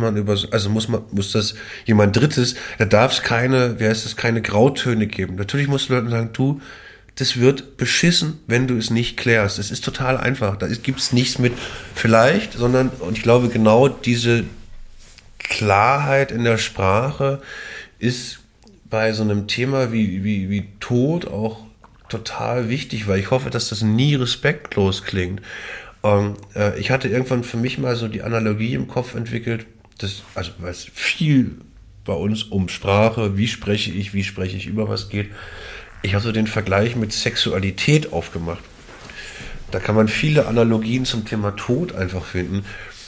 das jemand Drittes, da darf es keine Grautöne geben. Natürlich musst du Leuten sagen, du, das wird beschissen, wenn du es nicht klärst. Es ist total einfach. Da gibt es nichts mit vielleicht, sondern, und ich glaube, genau diese Klarheit in der Sprache ist bei so einem Thema wie Tod auch total wichtig, weil ich hoffe, dass das nie respektlos klingt. Ich hatte irgendwann für mich mal so die Analogie im Kopf entwickelt, weil es viel bei uns um Sprache, wie spreche ich, über was geht. Ich habe so den Vergleich mit Sexualität aufgemacht. Da kann man viele Analogien zum Thema Tod einfach finden.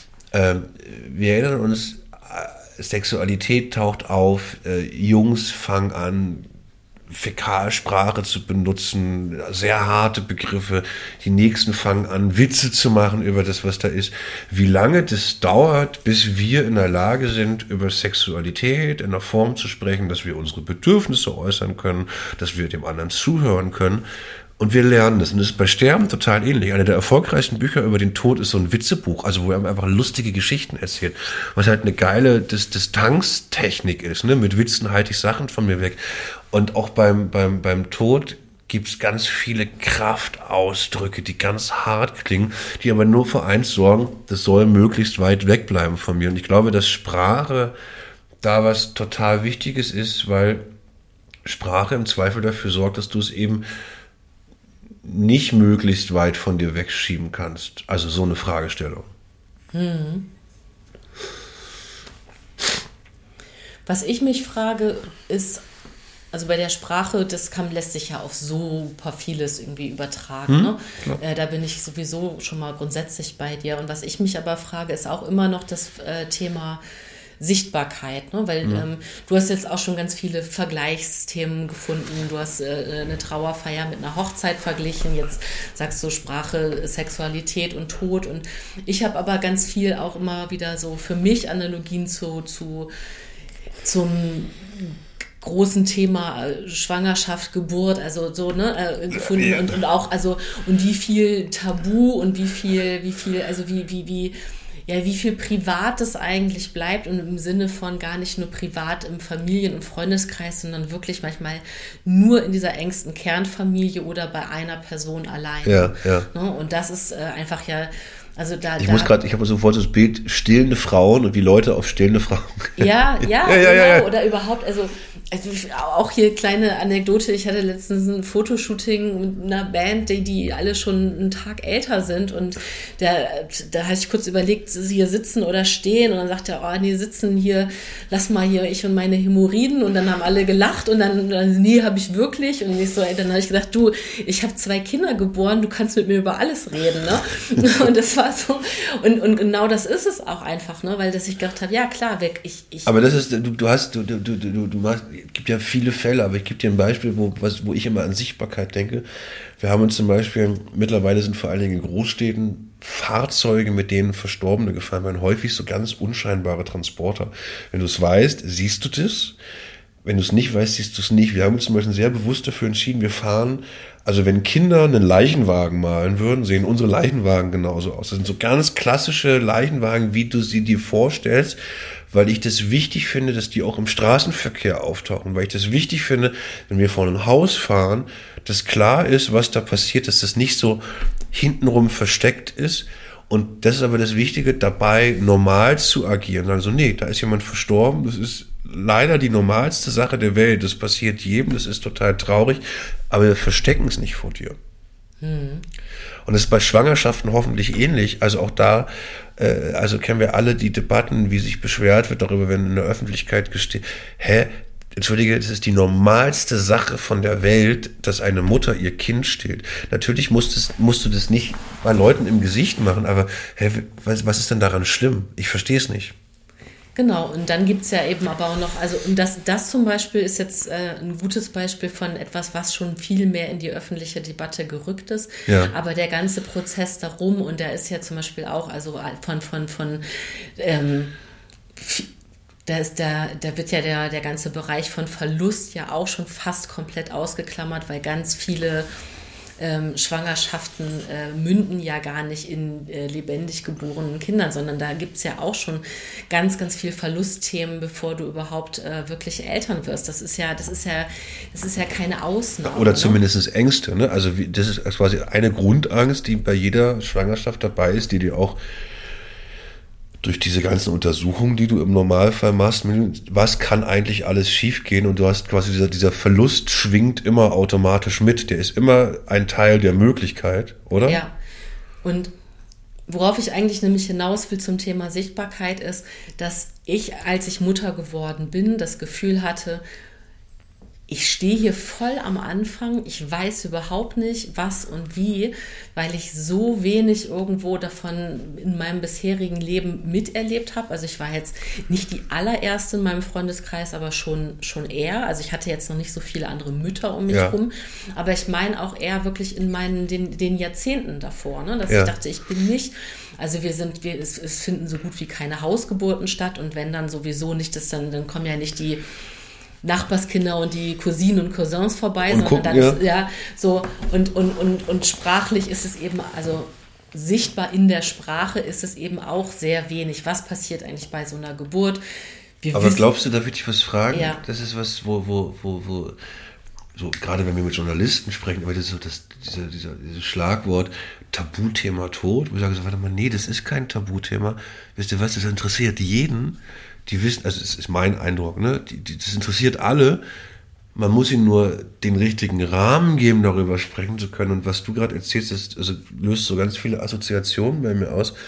Wir erinnern uns, Sexualität taucht auf, Jungs fangen an, Fäkalsprache zu benutzen, sehr harte Begriffe. Die Nächsten fangen an, Witze zu machen über das, was da ist. Wie lange das dauert, bis wir in der Lage sind, über Sexualität in einer Form zu sprechen, dass wir unsere Bedürfnisse äußern können, dass wir dem anderen zuhören können. Und wir lernen das. Und das ist bei Sterben total ähnlich. Eine der erfolgreichsten Bücher über den Tod ist so ein Witzebuch, also wo er einfach lustige Geschichten erzählt. Was halt eine geile Distanztechnik ist. Ne? Mit Witzen halte ich Sachen von mir weg. Und auch beim Tod gibt es ganz viele Kraftausdrücke, die ganz hart klingen, die aber nur für eins sorgen, das soll möglichst weit wegbleiben von mir. Und ich glaube, dass Sprache da was total Wichtiges ist, weil Sprache im Zweifel dafür sorgt, dass du es eben nicht möglichst weit von dir wegschieben kannst. Also so eine Fragestellung. Was ich mich frage, ist, also bei der Sprache, lässt sich ja auf super vieles irgendwie übertragen. Ne? Da bin ich sowieso schon mal grundsätzlich bei dir. Und was ich mich aber frage, ist auch immer noch das Thema Sichtbarkeit, ne? Weil du hast jetzt auch schon ganz viele Vergleichsthemen gefunden. Du hast eine Trauerfeier mit einer Hochzeit verglichen. Jetzt sagst du Sprache, Sexualität und Tod. Und ich habe aber ganz viel auch immer wieder so für mich Analogien zum großen Thema Schwangerschaft, Geburt, also so, ne, gefunden und auch, also, und wie viel Tabu und wie viel Privates eigentlich bleibt und im Sinne von gar nicht nur privat im Familien- und Freundeskreis, sondern wirklich manchmal nur in dieser engsten Kernfamilie oder bei einer Person allein. Ja. Ne? Und das ist einfach ja, also ich habe sofort das Bild stillende Frauen und wie Leute auf stillende Frauen. Ja, genau, oder überhaupt, Also auch hier kleine Anekdote, ich hatte letztens ein Fotoshooting mit einer Band, die alle schon einen Tag älter sind und da hatte ich kurz überlegt, sie hier sitzen oder stehen und dann sagt er, oh nee, sitzen hier, lass mal hier ich und meine Hämorrhoiden und dann haben alle gelacht und dann nee, habe ich wirklich und ich so, dann habe ich gedacht, du, ich habe 2 Kinder geboren, du kannst mit mir über alles reden, ne? Und das war so und genau das ist es auch einfach, ne, weil dass ich gedacht habe, ja klar, ich aber das ist, du machst, es gibt ja viele Fälle, aber ich gebe dir ein Beispiel, wo ich immer an Sichtbarkeit denke. Wir haben uns zum Beispiel, mittlerweile sind vor allen Dingen in Großstädten Fahrzeuge, mit denen Verstorbene gefahren werden, häufig so ganz unscheinbare Transporter. Wenn du es weißt, siehst du das. Wenn du es nicht weißt, siehst du es nicht. Wir haben uns zum Beispiel sehr bewusst dafür entschieden, wir fahren, also wenn Kinder einen Leichenwagen malen würden, sehen unsere Leichenwagen genauso aus. Das sind so ganz klassische Leichenwagen, wie du sie dir vorstellst, weil ich das wichtig finde, dass die auch im Straßenverkehr auftauchen, weil ich das wichtig finde, wenn wir vor ein Haus fahren, dass klar ist, was da passiert, dass das nicht so hintenrum versteckt ist. Und das ist aber das Wichtige, dabei normal zu agieren. Also nee, da ist jemand verstorben, das ist leider die normalste Sache der Welt, das passiert jedem, das ist total traurig, aber wir verstecken es nicht vor dir. Und das ist bei Schwangerschaften hoffentlich ähnlich. Also auch da, also kennen wir alle die Debatten, wie sich beschwert wird darüber, wenn in der Öffentlichkeit gesteht, entschuldige, das ist die normalste Sache von der Welt, dass eine Mutter ihr Kind stillt. Natürlich musst du das nicht bei Leuten im Gesicht machen, aber was ist denn daran schlimm? Ich verstehe es nicht. Genau, und dann gibt es ja eben aber auch noch, also und das zum Beispiel ist jetzt ein gutes Beispiel von etwas, was schon viel mehr in die öffentliche Debatte gerückt ist. Ja. Aber der ganze Prozess darum, und der ist ja zum Beispiel auch, also da wird ja der ganze Bereich von Verlust ja auch schon fast komplett ausgeklammert, weil ganz viele Schwangerschaften münden ja gar nicht in lebendig geborenen Kindern, sondern da gibt es ja auch schon ganz, ganz viel Verlustthemen, bevor du überhaupt wirklich Eltern wirst. Das ist ja keine Ausnahme. Oder zumindest Ängste, ne? Also das ist quasi eine Grundangst, die bei jeder Schwangerschaft dabei ist, die dir auch durch diese ganzen Untersuchungen, die du im Normalfall machst, was kann eigentlich alles schiefgehen? Und du hast quasi dieser Verlust schwingt immer automatisch mit. Der ist immer ein Teil der Möglichkeit, oder? Ja. Und worauf ich eigentlich nämlich hinaus will zum Thema Sichtbarkeit ist, dass ich, als ich Mutter geworden bin, das Gefühl hatte, ich stehe hier voll am Anfang, ich weiß überhaupt nicht, was und wie, weil ich so wenig irgendwo davon in meinem bisherigen Leben miterlebt habe. Also ich war jetzt nicht die allererste in meinem Freundeskreis, aber schon eher. Also ich hatte jetzt noch nicht so viele andere Mütter um mich rum, aber ich meine auch eher wirklich in den Jahrzehnten davor, ne? Dass ich dachte, ich bin nicht, also es finden so gut wie keine Hausgeburten statt und wenn dann sowieso nicht, dann kommen ja nicht die Nachbarskinder und die Cousinen und Cousins vorbei, und sondern gucken, dann so und sprachlich ist es eben, also sichtbar in der Sprache ist es eben auch sehr wenig. Was passiert eigentlich bei so einer Geburt? Aber glaubst du, da würde ich was fragen? Ja. Das ist was, wo so gerade wenn wir mit Journalisten sprechen, aber das ist so dieses Schlagwort Tabuthema Tod, wo ich sage so, warte mal, nee, das ist kein Tabuthema. Wisst ihr was, das interessiert jeden. Die wissen, also es ist mein Eindruck, ne? Das interessiert alle. Man muss ihnen nur den richtigen Rahmen geben, darüber sprechen zu können. Und was du gerade erzählst, löst so ganz viele Assoziationen bei mir aus.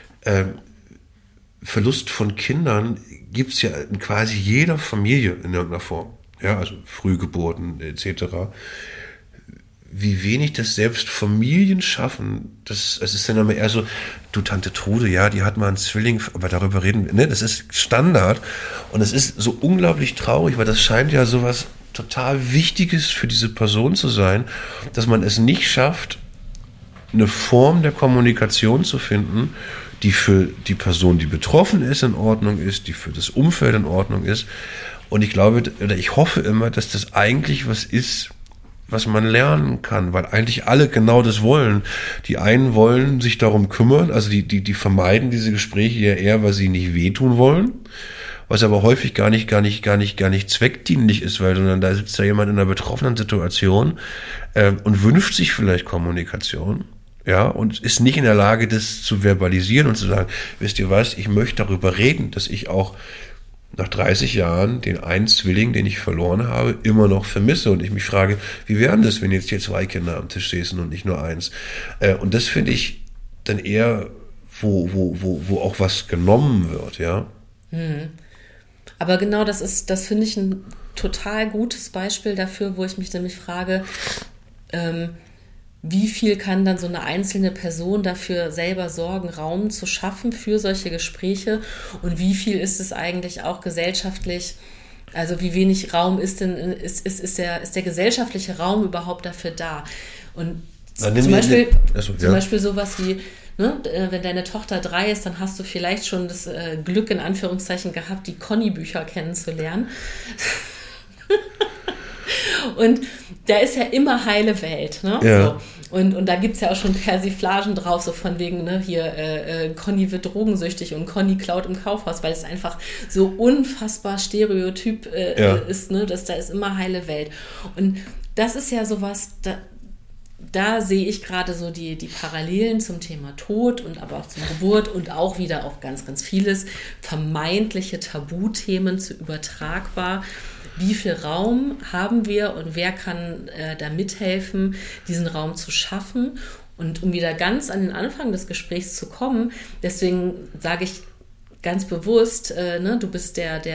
Verlust von Kindern gibt es ja in quasi jeder Familie in irgendeiner Form. Ja, also Frühgeburten etc. Wie wenig das selbst Familien schaffen, es ist dann immer eher so, du Tante Trude, ja, die hat mal einen Zwilling, aber darüber reden wir, ne, das ist Standard und es ist so unglaublich traurig, weil das scheint ja sowas total Wichtiges für diese Person zu sein, dass man es nicht schafft, eine Form der Kommunikation zu finden, die für die Person, die betroffen ist, in Ordnung ist, die für das Umfeld in Ordnung ist. Und ich glaube, oder ich hoffe immer, dass das eigentlich was ist, was man lernen kann, weil eigentlich alle genau das wollen. Die einen wollen sich darum kümmern, also die vermeiden diese Gespräche ja eher, weil sie nicht wehtun wollen, was aber häufig gar nicht zweckdienlich ist, weil sondern da sitzt ja jemand in einer betroffenen Situation und wünscht sich vielleicht Kommunikation, ja, und ist nicht in der Lage, das zu verbalisieren und zu sagen, wisst ihr was, ich möchte darüber reden, dass ich auch nach 30 Jahren den einen Zwilling, den ich verloren habe, immer noch vermisse und ich mich frage, wie wären das, wenn jetzt hier 2 Kinder am Tisch säßen und nicht nur eins? Und das finde ich dann eher, wo auch was genommen wird, ja. Aber genau das finde ich ein total gutes Beispiel dafür, wo ich mich nämlich frage, wie viel kann dann so eine einzelne Person dafür selber sorgen, Raum zu schaffen für solche Gespräche und wie viel ist es eigentlich auch gesellschaftlich, also wie wenig Raum ist der gesellschaftliche Raum überhaupt dafür da? Und zum Beispiel sowas wie, ne, wenn deine Tochter 3 ist, dann hast du vielleicht schon das Glück in Anführungszeichen gehabt, die Conny-Bücher kennenzulernen. Und da ist ja immer heile Welt, ne? Ja. So. Und da gibt es ja auch schon Persiflagen drauf, so von wegen, ne, hier, Conny wird drogensüchtig und Conny klaut im Kaufhaus, weil es einfach so unfassbar stereotyp ist, ne, dass da ist immer heile Welt. Und das ist ja sowas, da sehe ich gerade so die Parallelen zum Thema Tod und aber auch zum Geburt und auch wieder auf ganz, ganz vieles vermeintliche Tabuthemen zu übertragbar. Wie viel Raum haben wir und wer kann da mithelfen, diesen Raum zu schaffen? Und um wieder ganz an den Anfang des Gesprächs zu kommen, deswegen sage ich ganz bewusst, ne, du bist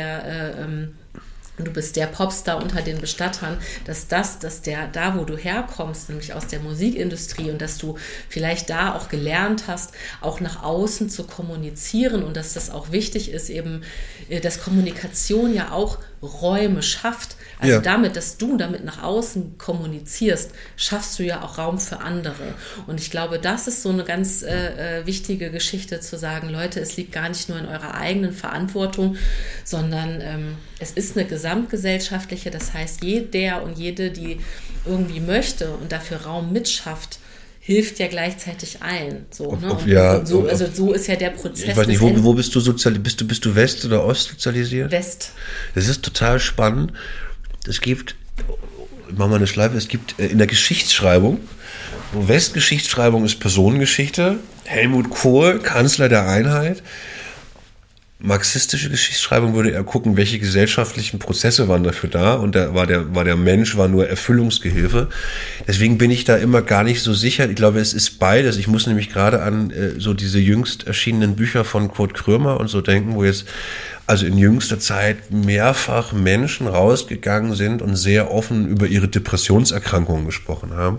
der Popstar unter den Bestattern, dass da, wo du herkommst, nämlich aus der Musikindustrie und dass du vielleicht da auch gelernt hast, auch nach außen zu kommunizieren und dass das auch wichtig ist, eben, dass Kommunikation ja auch Räume schafft. Also dass du damit nach außen kommunizierst, schaffst du ja auch Raum für andere. Und ich glaube, das ist so eine ganz wichtige Geschichte zu sagen, Leute, es liegt gar nicht nur in eurer eigenen Verantwortung, sondern es ist eine gesamtgesellschaftliche, das heißt, jeder und jede, die irgendwie möchte und dafür Raum mitschafft, hilft ja gleichzeitig allen. So, ne? So ist ja der Prozess. Ich weiß nicht, wo bist du sozialisiert? Bist du West- oder Ostsozialisiert? West. Das ist total spannend. Es gibt, ich mache mal eine Schleife, es gibt in der Geschichtsschreibung, Westgeschichtsschreibung ist Personengeschichte, Helmut Kohl, Kanzler der Einheit. Marxistische Geschichtsschreibung würde eher gucken, welche gesellschaftlichen Prozesse waren dafür da und da war der Mensch war nur Erfüllungsgehilfe. Deswegen bin ich da immer gar nicht so sicher. Ich glaube, es ist beides. Ich muss nämlich gerade an so diese jüngst erschienenen Bücher von Kurt Krömer und so denken, wo jetzt also in jüngster Zeit mehrfach Menschen rausgegangen sind und sehr offen über ihre Depressionserkrankungen gesprochen haben.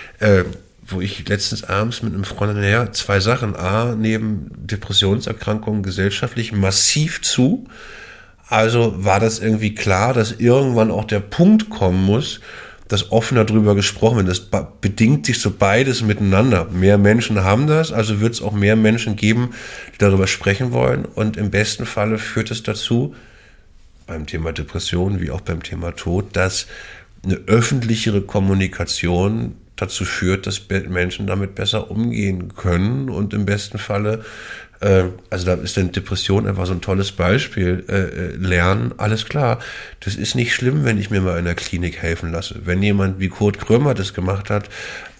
Wo ich letztens abends mit einem Freund, 2 Sachen. A, neben Depressionserkrankungen gesellschaftlich massiv zu. Also war das irgendwie klar, dass irgendwann auch der Punkt kommen muss, dass offener drüber gesprochen wird. Das bedingt sich so beides miteinander. Mehr Menschen haben das, also wird es auch mehr Menschen geben, die darüber sprechen wollen. Und im besten Falle führt es dazu, beim Thema Depression wie auch beim Thema Tod, dass eine öffentlichere Kommunikation dazu führt, dass Menschen damit besser umgehen können und im besten Falle, also da ist dann Depression einfach so ein tolles Beispiel, lernen, alles klar, das ist nicht schlimm, wenn ich mir mal in der Klinik helfen lasse. Wenn jemand wie Kurt Krömer das gemacht hat,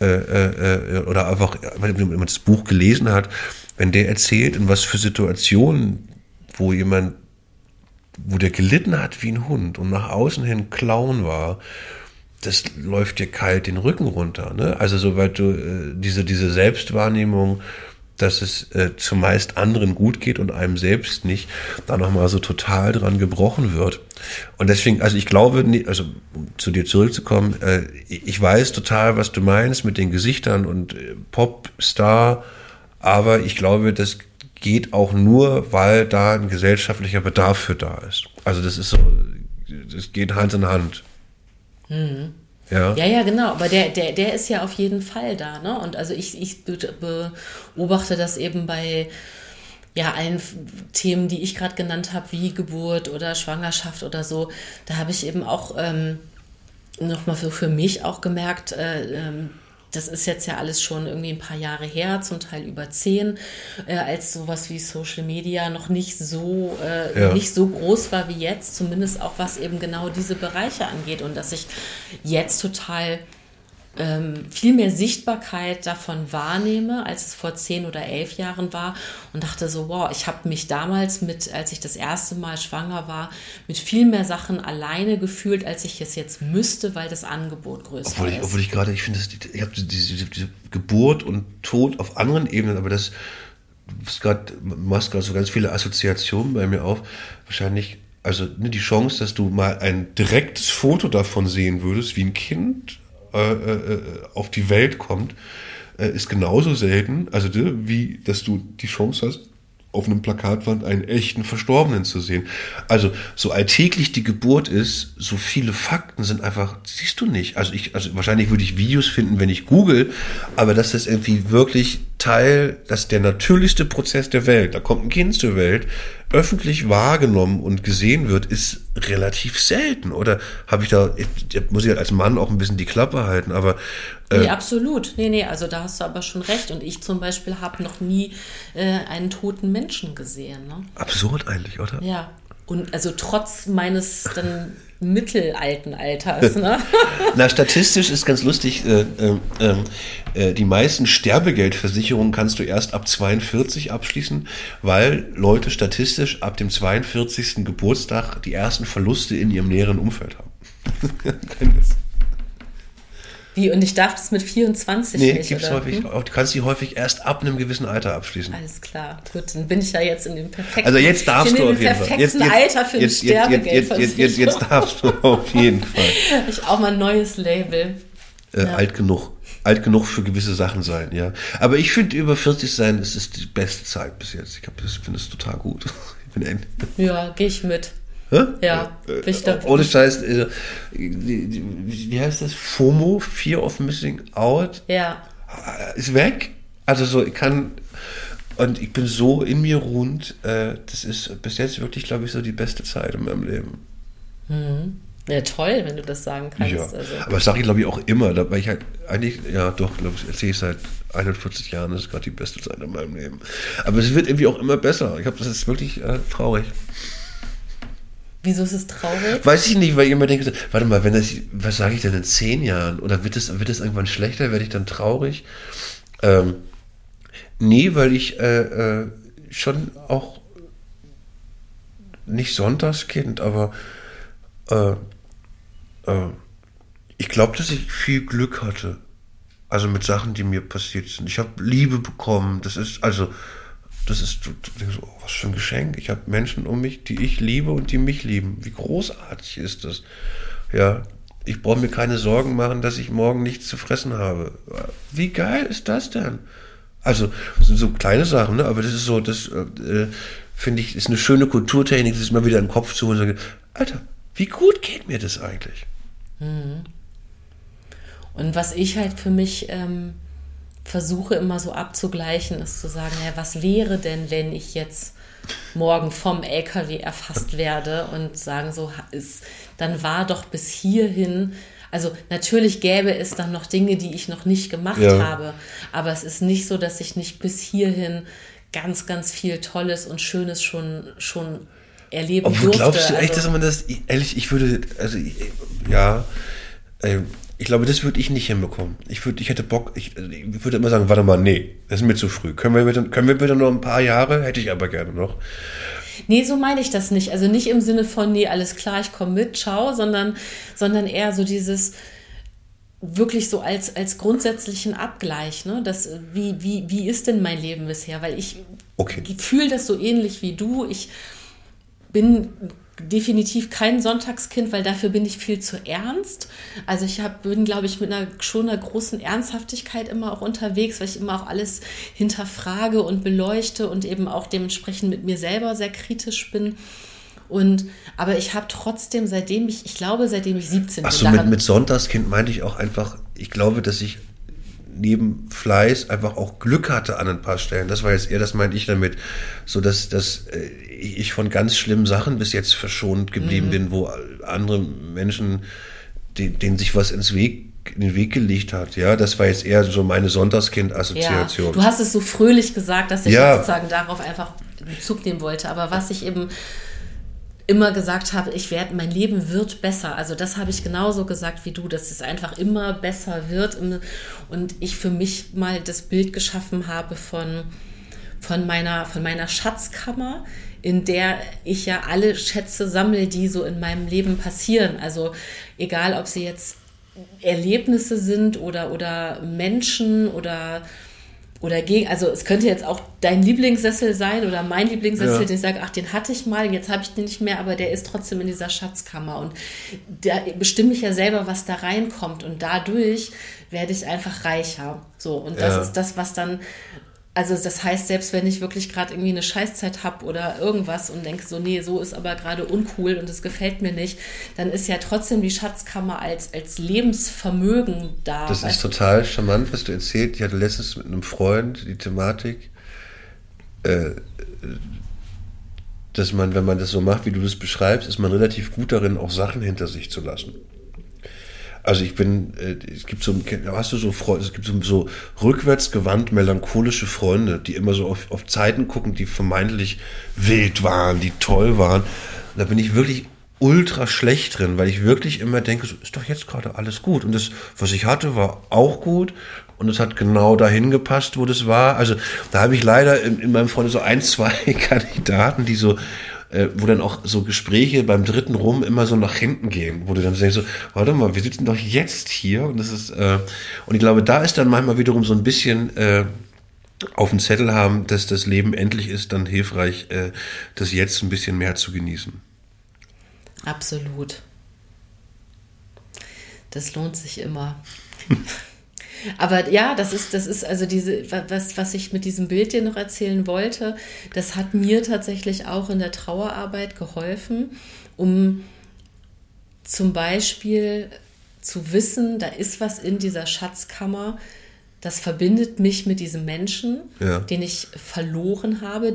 oder einfach, wenn man das Buch gelesen hat, wenn der erzählt, in was für Situationen, wo der gelitten hat wie ein Hund und nach außen hin Clown war, das läuft dir kalt den Rücken runter, ne? Also soweit du diese Selbstwahrnehmung, dass es zumeist anderen gut geht und einem selbst nicht, da nochmal so total dran gebrochen wird. Und deswegen, also ich glaube, also um zu dir zurückzukommen, ich weiß total, was du meinst mit den Gesichtern und Popstar, aber ich glaube, das geht auch nur, weil da ein gesellschaftlicher Bedarf für da ist. Also das ist so, das geht Hand in Hand. Mhm. Ja, genau, aber der ist ja auf jeden Fall da, ne? Und also ich beobachte das eben bei allen Themen, die ich gerade genannt habe, wie Geburt oder Schwangerschaft oder so. Da habe ich eben auch nochmal für mich auch gemerkt, das ist jetzt ja alles schon irgendwie ein paar Jahre her, zum Teil über 10, als sowas wie Social Media noch nicht so groß war wie jetzt, zumindest auch was eben genau diese Bereiche angeht und dass ich jetzt total viel mehr Sichtbarkeit davon wahrnehme, als es vor 10 oder 11 Jahren war und dachte so, wow, ich habe mich damals als ich das erste Mal schwanger war, mit viel mehr Sachen alleine gefühlt, als ich es jetzt müsste, weil das Angebot größer ist. Obwohl ich gerade, ich finde, ich habe diese Geburt und Tod auf anderen Ebenen, aber du machst gerade so ganz viele Assoziationen bei mir auf. Wahrscheinlich, also die Chance, dass du mal ein direktes Foto davon sehen würdest, wie ein Kind auf die Welt kommt, ist genauso selten, also wie dass du die Chance hast, auf einem Plakatwand einen echten Verstorbenen zu sehen. Also so alltäglich die Geburt ist, so viele Fakten sind einfach, siehst du nicht. Also wahrscheinlich würde ich Videos finden, wenn ich google, aber dass das irgendwie wirklich dass der natürlichste Prozess der Welt, da kommt ein Kind zur Welt, öffentlich wahrgenommen und gesehen wird, ist relativ selten. Oder muss ich halt als Mann auch ein bisschen die Klappe halten, aber nee, absolut. Nee, also da hast du aber schon recht. Und ich zum Beispiel habe noch nie einen toten Menschen gesehen. Ne? Absurd eigentlich, oder? Ja. Und also trotz meines dann mittelalten Alters. Ne? Na, statistisch ist ganz lustig, die meisten Sterbegeldversicherungen kannst du erst ab 42 abschließen, weil Leute statistisch ab dem 42. Geburtstag die ersten Verluste in ihrem näheren Umfeld haben. Kein Witz. Wie, und ich darf das mit 24 nicht, gibt's oder? Häufig, du kannst die häufig erst ab einem gewissen Alter abschließen. Alles klar, gut, dann bin ich ja jetzt in dem perfekten, also jetzt darfst du auf jeden Fall. Alter für ein Sterbegeldversicherung. Jetzt darfst du auf jeden Fall. Ich auch mal ein neues Label. Ja. Alt genug für gewisse Sachen sein, ja. Aber ich finde, über 40 sein, das ist die beste Zeit bis jetzt. Ich finde es total gut. Ja, gehe ich mit. Hä? Ja, ohne Scheiß, wie heißt das? FOMO, Fear of Missing Out, ist weg. Also so, und ich bin so in mir ruhend, das ist bis jetzt wirklich, glaube ich, so die beste Zeit in meinem Leben. Mhm. Ja, toll, wenn du das sagen kannst. Ja, also. aber das sage ich, glaube ich, auch immer, weil ich halt eigentlich, ja doch, glaube ich, erzähle ich seit 41 Jahren, das ist gerade die beste Zeit in meinem Leben. Aber es wird irgendwie auch immer besser. Ich glaube, das ist wirklich traurig. Wieso ist es traurig? Weiß ich nicht, weil ich immer denke, warte mal, was sage ich denn in 10 Jahren? Oder wird es irgendwann schlechter? Werde ich dann traurig? Nee, weil ich schon auch nicht Sonntagskind, aber ich glaube, dass ich viel Glück hatte. Also mit Sachen, die mir passiert sind. Ich habe Liebe bekommen. Das ist, oh, was für ein Geschenk. Ich habe Menschen um mich, die ich liebe und die mich lieben. Wie großartig ist das? Ja, ich brauche mir keine Sorgen machen, dass ich morgen nichts zu fressen habe. Wie geil ist das denn? Also, das sind so kleine Sachen, ne? Aber das ist so, finde ich, ist eine schöne Kulturtechnik, sich mal wieder in den Kopf zu holen und sagen, Alter, wie gut geht mir das eigentlich? Und was ich halt für mich versuche immer so abzugleichen, ist zu sagen, ja, was wäre denn, wenn ich jetzt morgen vom LKW erfasst werde und sagen so, dann war doch bis hierhin, also natürlich gäbe es dann noch Dinge, die ich noch nicht gemacht habe, aber es ist nicht so, dass ich nicht bis hierhin ganz, ganz viel Tolles und Schönes schon erleben durfte. Glaubst du echt, dass man das, ehrlich, ich glaube, das würde ich nicht hinbekommen. Ich hätte Bock, ich würde immer sagen, warte mal, nee, das ist mir zu früh. Können wir bitte noch ein paar Jahre? Hätte ich aber gerne noch. Nee, so meine ich das nicht. Also nicht im Sinne von, nee, alles klar, ich komme mit, ciao, sondern eher so dieses, wirklich so als grundsätzlichen Abgleich, ne? Das, wie ist denn mein Leben bisher? Weil ich fühle das so ähnlich wie du. Ich bin definitiv kein Sonntagskind, weil dafür bin ich viel zu ernst. Also bin, glaube ich, mit einer großen Ernsthaftigkeit immer auch unterwegs, weil ich immer auch alles hinterfrage und beleuchte und eben auch dementsprechend mit mir selber sehr kritisch bin. Aber ich habe trotzdem, seitdem ich 17 bin. Achso, mit Sonntagskind meinte ich auch einfach, ich glaube, dass ich neben Fleiß einfach auch Glück hatte an ein paar Stellen. Das war jetzt eher, das meinte ich damit, so dass ich von ganz schlimmen Sachen bis jetzt verschont geblieben bin, wo andere Menschen, denen sich was in den Weg gelegt hat. Ja, das war jetzt eher so meine Sonntagskind-Assoziation. Ja, du hast es so fröhlich gesagt, dass ich sozusagen darauf einfach Bezug nehmen wollte. Aber was ich eben immer gesagt habe, mein Leben wird besser. Also das habe ich genauso gesagt wie du, dass es einfach immer besser wird. Und ich für mich mal das Bild geschaffen habe von meiner Schatzkammer, in der ich ja alle Schätze sammle, die so in meinem Leben passieren. Also egal, ob sie jetzt Erlebnisse sind oder Menschen oder also es könnte jetzt auch dein Lieblingssessel sein oder mein Lieblingssessel, den ich sage, ach, den hatte ich mal, jetzt habe ich den nicht mehr, aber der ist trotzdem in dieser Schatzkammer und da bestimme ich ja selber, was da reinkommt und dadurch werde ich einfach reicher. So, und das ist das, was dann, also das heißt, selbst wenn ich wirklich gerade irgendwie eine Scheißzeit habe oder irgendwas und denke so, nee, so ist aber gerade uncool und es gefällt mir nicht, dann ist ja trotzdem die Schatzkammer als Lebensvermögen da. Das ist total charmant, was du erzählt. Ich hatte letztens mit einem Freund die Thematik, dass man, wenn man das so macht, wie du das beschreibst, ist man relativ gut darin, auch Sachen hinter sich zu lassen. Also es gibt so rückwärtsgewandt melancholische Freunde, die immer so auf Zeiten gucken, die vermeintlich wild waren, die toll waren. Und da bin ich wirklich ultra schlecht drin, weil ich wirklich immer denke, so ist doch jetzt gerade alles gut. Und das, was ich hatte, war auch gut. Und es hat genau dahin gepasst, wo das war. Also da habe ich leider in meinem Freunde so 1, 2 Kandidaten, die so wo dann auch so Gespräche beim dritten Rum immer so nach hinten gehen, wo du dann denkst so, warte mal, wir sitzen doch jetzt hier und das ist und ich glaube, da ist dann manchmal wiederum so ein bisschen auf dem Zettel haben, dass das Leben endlich ist, dann hilfreich, das jetzt ein bisschen mehr zu genießen. Absolut. Das lohnt sich immer. Aber ja, das ist also was ich mit diesem Bild dir noch erzählen wollte, das hat mir tatsächlich auch in der Trauerarbeit geholfen, um zum Beispiel zu wissen, da ist was in dieser Schatzkammer, das verbindet mich mit diesem Menschen, den ich verloren habe,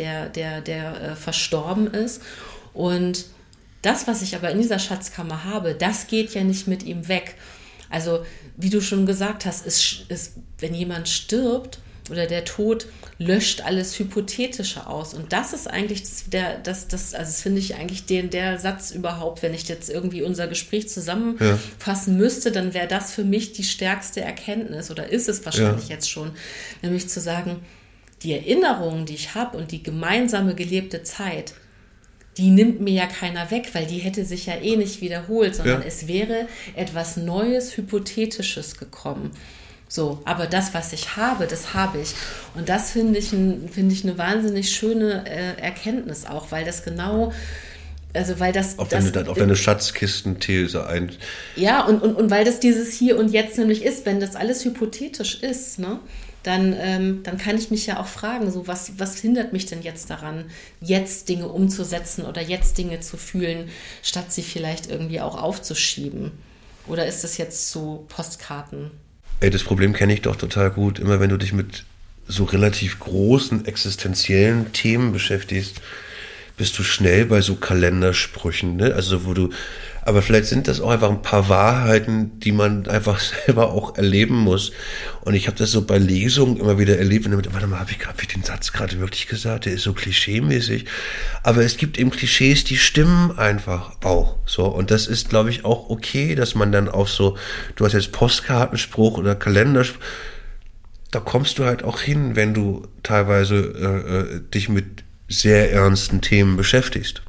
der verstorben ist. Und das, was ich aber in dieser Schatzkammer habe, das geht ja nicht mit ihm weg. Also, wie du schon gesagt hast, wenn jemand stirbt oder der Tod löscht alles Hypothetische aus. Und das ist eigentlich das finde ich eigentlich der Satz überhaupt, wenn ich jetzt irgendwie unser Gespräch zusammenfassen müsste, dann wäre das für mich die stärkste Erkenntnis oder ist es wahrscheinlich jetzt schon, nämlich zu sagen, die Erinnerungen, die ich habe und die gemeinsame gelebte Zeit, die nimmt mir ja keiner weg, weil die hätte sich ja eh nicht wiederholt, sondern es wäre etwas Neues, Hypothetisches gekommen. So, aber das, was ich habe, das habe ich. Und das finde ich eine wahnsinnig schöne Erkenntnis auch, weil das genau, also weil das... Auf deine Schatzkistenthese ein... Ja, und weil das dieses Hier und Jetzt nämlich ist, wenn das alles hypothetisch ist, ne? Dann kann ich mich ja auch fragen, so was hindert mich denn jetzt daran, jetzt Dinge umzusetzen oder jetzt Dinge zu fühlen, statt sie vielleicht irgendwie auch aufzuschieben? Oder ist das jetzt zu Postkarten? Das Problem kenne ich doch total gut. Immer wenn du dich mit so relativ großen existenziellen Themen beschäftigst, bist du schnell bei so Kalendersprüchen, ne? Also aber vielleicht sind das auch einfach ein paar Wahrheiten, die man einfach selber auch erleben muss. Und ich habe das so bei Lesungen immer wieder erlebt. Und warte mal, hab ich den Satz gerade wirklich gesagt? Der ist so klischeemäßig. Aber es gibt eben Klischees, die stimmen einfach auch. So. Und das ist, glaube ich, auch okay, dass man dann auf so, du hast jetzt Postkartenspruch oder Kalenderspruch, da kommst du halt auch hin, wenn du teilweise dich mit sehr ernsten Themen beschäftigst.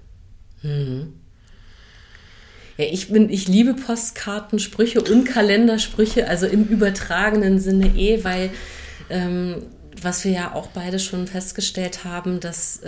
Ja, ich liebe Postkartensprüche und Kalendersprüche, also im übertragenen Sinne weil was wir ja auch beide schon festgestellt haben, dass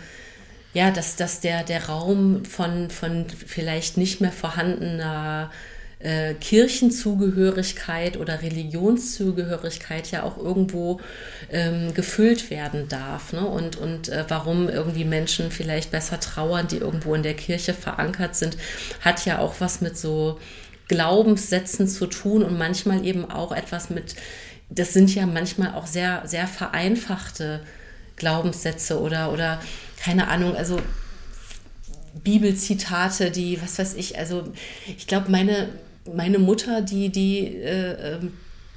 der Raum von vielleicht nicht mehr vorhandener Kirchenzugehörigkeit oder Religionszugehörigkeit ja auch irgendwo gefüllt werden darf, ne? Und warum irgendwie Menschen vielleicht besser trauern, die irgendwo in der Kirche verankert sind, hat ja auch was mit so Glaubenssätzen zu tun und manchmal eben auch etwas mit, das sind ja manchmal auch sehr, sehr vereinfachte Glaubenssätze oder keine Ahnung, also Bibelzitate, die, was weiß ich, also ich glaube, meine Mutter, die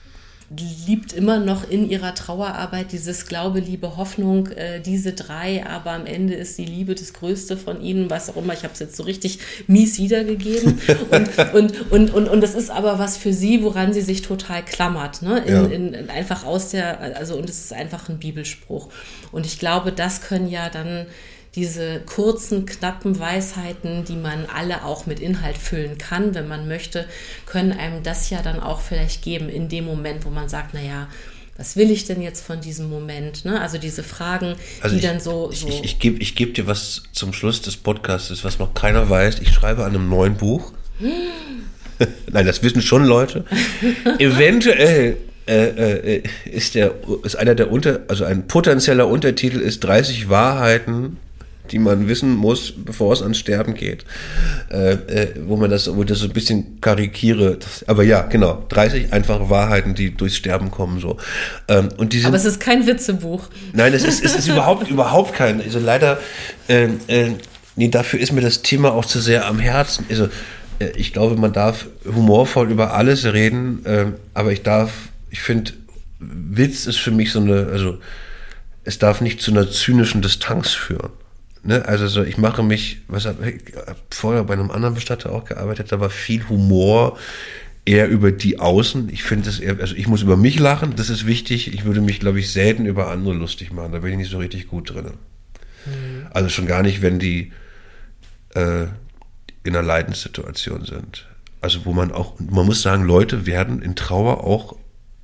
liebt immer noch in ihrer Trauerarbeit dieses Glaube, Liebe, Hoffnung, diese 3, aber am Ende ist die Liebe das Größte von ihnen, was auch immer. Ich habe es jetzt so richtig mies wiedergegeben. Und das ist aber was für sie, woran sie sich total klammert. Ne? Einfach und es ist einfach ein Bibelspruch. Und ich glaube, das können ja dann diese kurzen, knappen Weisheiten, die man alle auch mit Inhalt füllen kann, wenn man möchte, können einem das ja dann auch vielleicht geben in dem Moment, wo man sagt, naja, was will ich denn jetzt von diesem Moment? Ne? Also diese Fragen, die dann so... Ich geb dir was zum Schluss des Podcasts, was noch keiner weiß. Ich schreibe an einem neuen Buch. Nein, das wissen schon Leute. Eventuell ist ein potenzieller Untertitel ist 30 Wahrheiten, die man wissen muss, bevor es ans Sterben geht. Wo ich das so ein bisschen karikiere. Aber ja, genau, 30 einfache Wahrheiten, die durchs Sterben kommen. So. Und die sind, aber es ist kein Witzebuch. Nein, es ist überhaupt kein. Also leider, dafür ist mir das Thema auch zu sehr am Herzen. Also ich glaube, man darf humorvoll über alles reden, aber ich finde, Witz ist für mich es darf nicht zu einer zynischen Distanz führen. Ne? Also ich mache mich, ich habe vorher bei einem anderen Bestatter auch gearbeitet, da war viel Humor eher über die Außen. Ich finde es eher, ich muss über mich lachen, das ist wichtig. Ich würde mich, glaube ich, selten über andere lustig machen, da bin ich nicht so richtig gut drin. Mhm. Also schon gar nicht, wenn die in einer Leidenssituation sind. Also man muss sagen, Leute werden in Trauer auch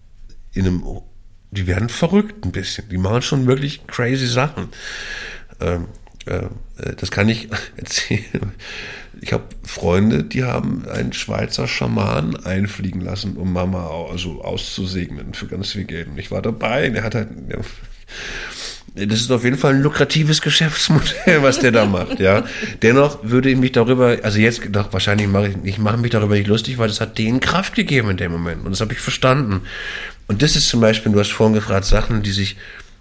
die werden verrückt ein bisschen. Die machen schon wirklich crazy Sachen. Das kann ich erzählen. Ich habe Freunde, die haben einen Schweizer Schaman einfliegen lassen, um Mama auszusegnen für ganz viel Geld. Und ich war dabei. Das ist auf jeden Fall ein lukratives Geschäftsmodell, was der da macht. Ja. Dennoch würde ich mich darüber, ich mache mich darüber nicht lustig, weil das hat denen Kraft gegeben in dem Moment. Und das habe ich verstanden. Und das ist zum Beispiel, du hast vorhin gefragt, Sachen, ich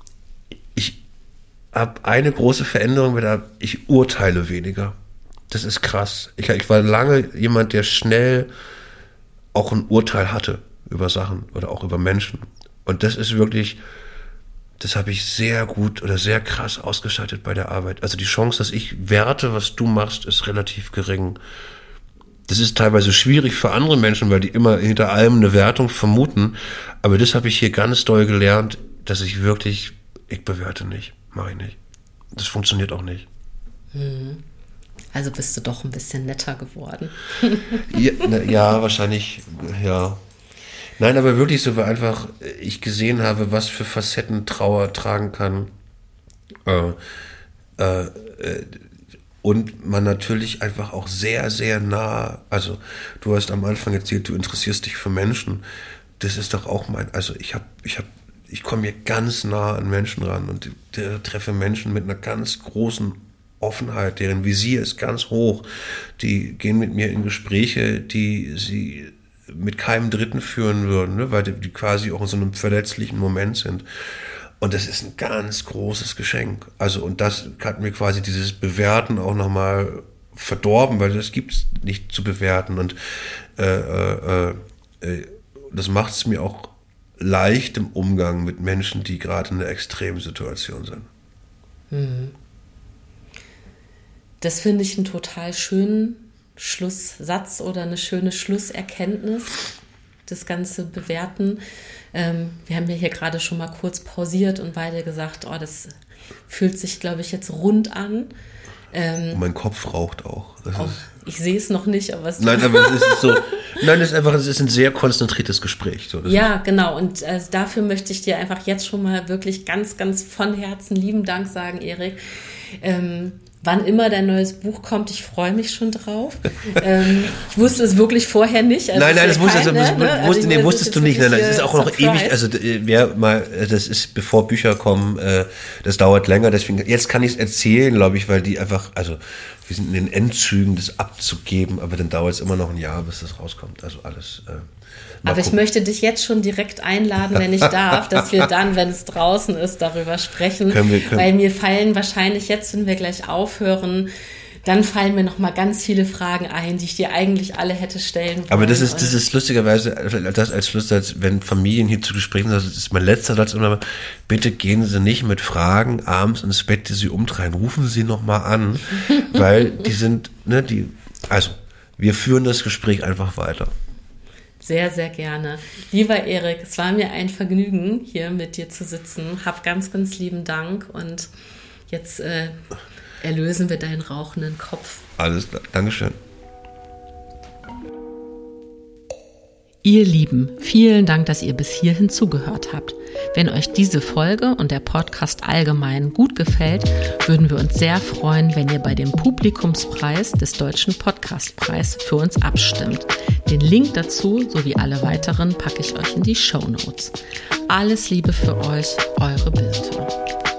habe eine große Veränderung, ich urteile weniger. Das ist krass. Ich war lange jemand, der schnell auch ein Urteil hatte über Sachen oder auch über Menschen. Und das ist wirklich, das habe ich sehr gut oder sehr krass ausgeschaltet bei der Arbeit. Also die Chance, dass ich werte, was du machst, ist relativ gering. Das ist teilweise schwierig für andere Menschen, weil die immer hinter allem eine Wertung vermuten. Aber das habe ich hier ganz doll gelernt, dass ich bewerte nicht, mache ich nicht. Das funktioniert auch nicht. Also bist du doch ein bisschen netter geworden. Ja, wahrscheinlich, ja. Nein, aber wirklich so, weil einfach ich gesehen habe, was für Facetten Trauer tragen kann. Und man natürlich einfach auch sehr, sehr nah, also du hast am Anfang erzählt, du interessierst dich für Menschen. Das ist doch auch ich komme hier ganz nah an Menschen ran und treffe Menschen mit einer ganz großen Offenheit, deren Visier ist ganz hoch. Die gehen mit mir in Gespräche, die sie mit keinem Dritten führen würden, ne? Weil die quasi auch in so einem verletzlichen Moment sind. Und das ist ein ganz großes Geschenk. Also, und das hat mir quasi dieses Bewerten auch nochmal verdorben, weil das gibt's nicht zu bewerten. Und das macht es mir auch leicht im Umgang mit Menschen, die gerade in einer Extremsituation sind. Das finde ich einen total schönen Schlusssatz oder eine schöne Schlusserkenntnis, das ganze Bewerten. Wir haben ja hier gerade schon mal kurz pausiert und beide gesagt, das fühlt sich, glaube ich, jetzt rund an. Mein Kopf raucht auch. Ich sehe es noch nicht, aber Nein, aber es ist so. Nein, es ist ein sehr konzentriertes Gespräch. So, ja, genau. Und dafür möchte ich dir einfach jetzt schon mal wirklich ganz, ganz von Herzen lieben Dank sagen, Erik. Wann immer dein neues Buch kommt, ich freue mich schon drauf. Ich wusste es wirklich vorher nicht. Also nein, das wusstest du nicht. Nein, das ist auch noch ewig. Also das ist, bevor Bücher kommen, das dauert länger. Deswegen, jetzt kann ich es erzählen, glaube ich, weil die einfach, also wir sind in den Endzügen, das abzugeben, aber dann dauert es immer noch ein Jahr, bis das rauskommt. Also alles. Aber ich möchte dich jetzt schon direkt einladen, wenn ich darf, dass wir dann, wenn es draußen ist, darüber sprechen. Weil mir fallen wahrscheinlich jetzt, wenn wir gleich aufhören, dann fallen mir noch mal ganz viele Fragen ein, die ich dir eigentlich alle hätte stellen wollen. Aber das ist lustigerweise, das als Schlusssatz, wenn Familien hier zu Gesprächen sind, das ist mein letzter Satz immer, bitte gehen Sie nicht mit Fragen abends ins Bett, die Sie umtreiben. Rufen Sie noch mal an, weil die sind, also wir führen das Gespräch einfach weiter. Sehr, sehr gerne. Lieber Erik, es war mir ein Vergnügen, hier mit dir zu sitzen. Hab ganz, ganz lieben Dank und jetzt erlösen wir deinen rauchenden Kopf. Alles klar, Dankeschön. Ihr Lieben, vielen Dank, dass ihr bis hierhin zugehört habt. Wenn euch diese Folge und der Podcast allgemein gut gefällt, würden wir uns sehr freuen, wenn ihr bei dem Publikumspreis des Deutschen Podcastpreis für uns abstimmt. Den Link dazu sowie alle weiteren packe ich euch in die Shownotes. Alles Liebe für euch, eure Birte.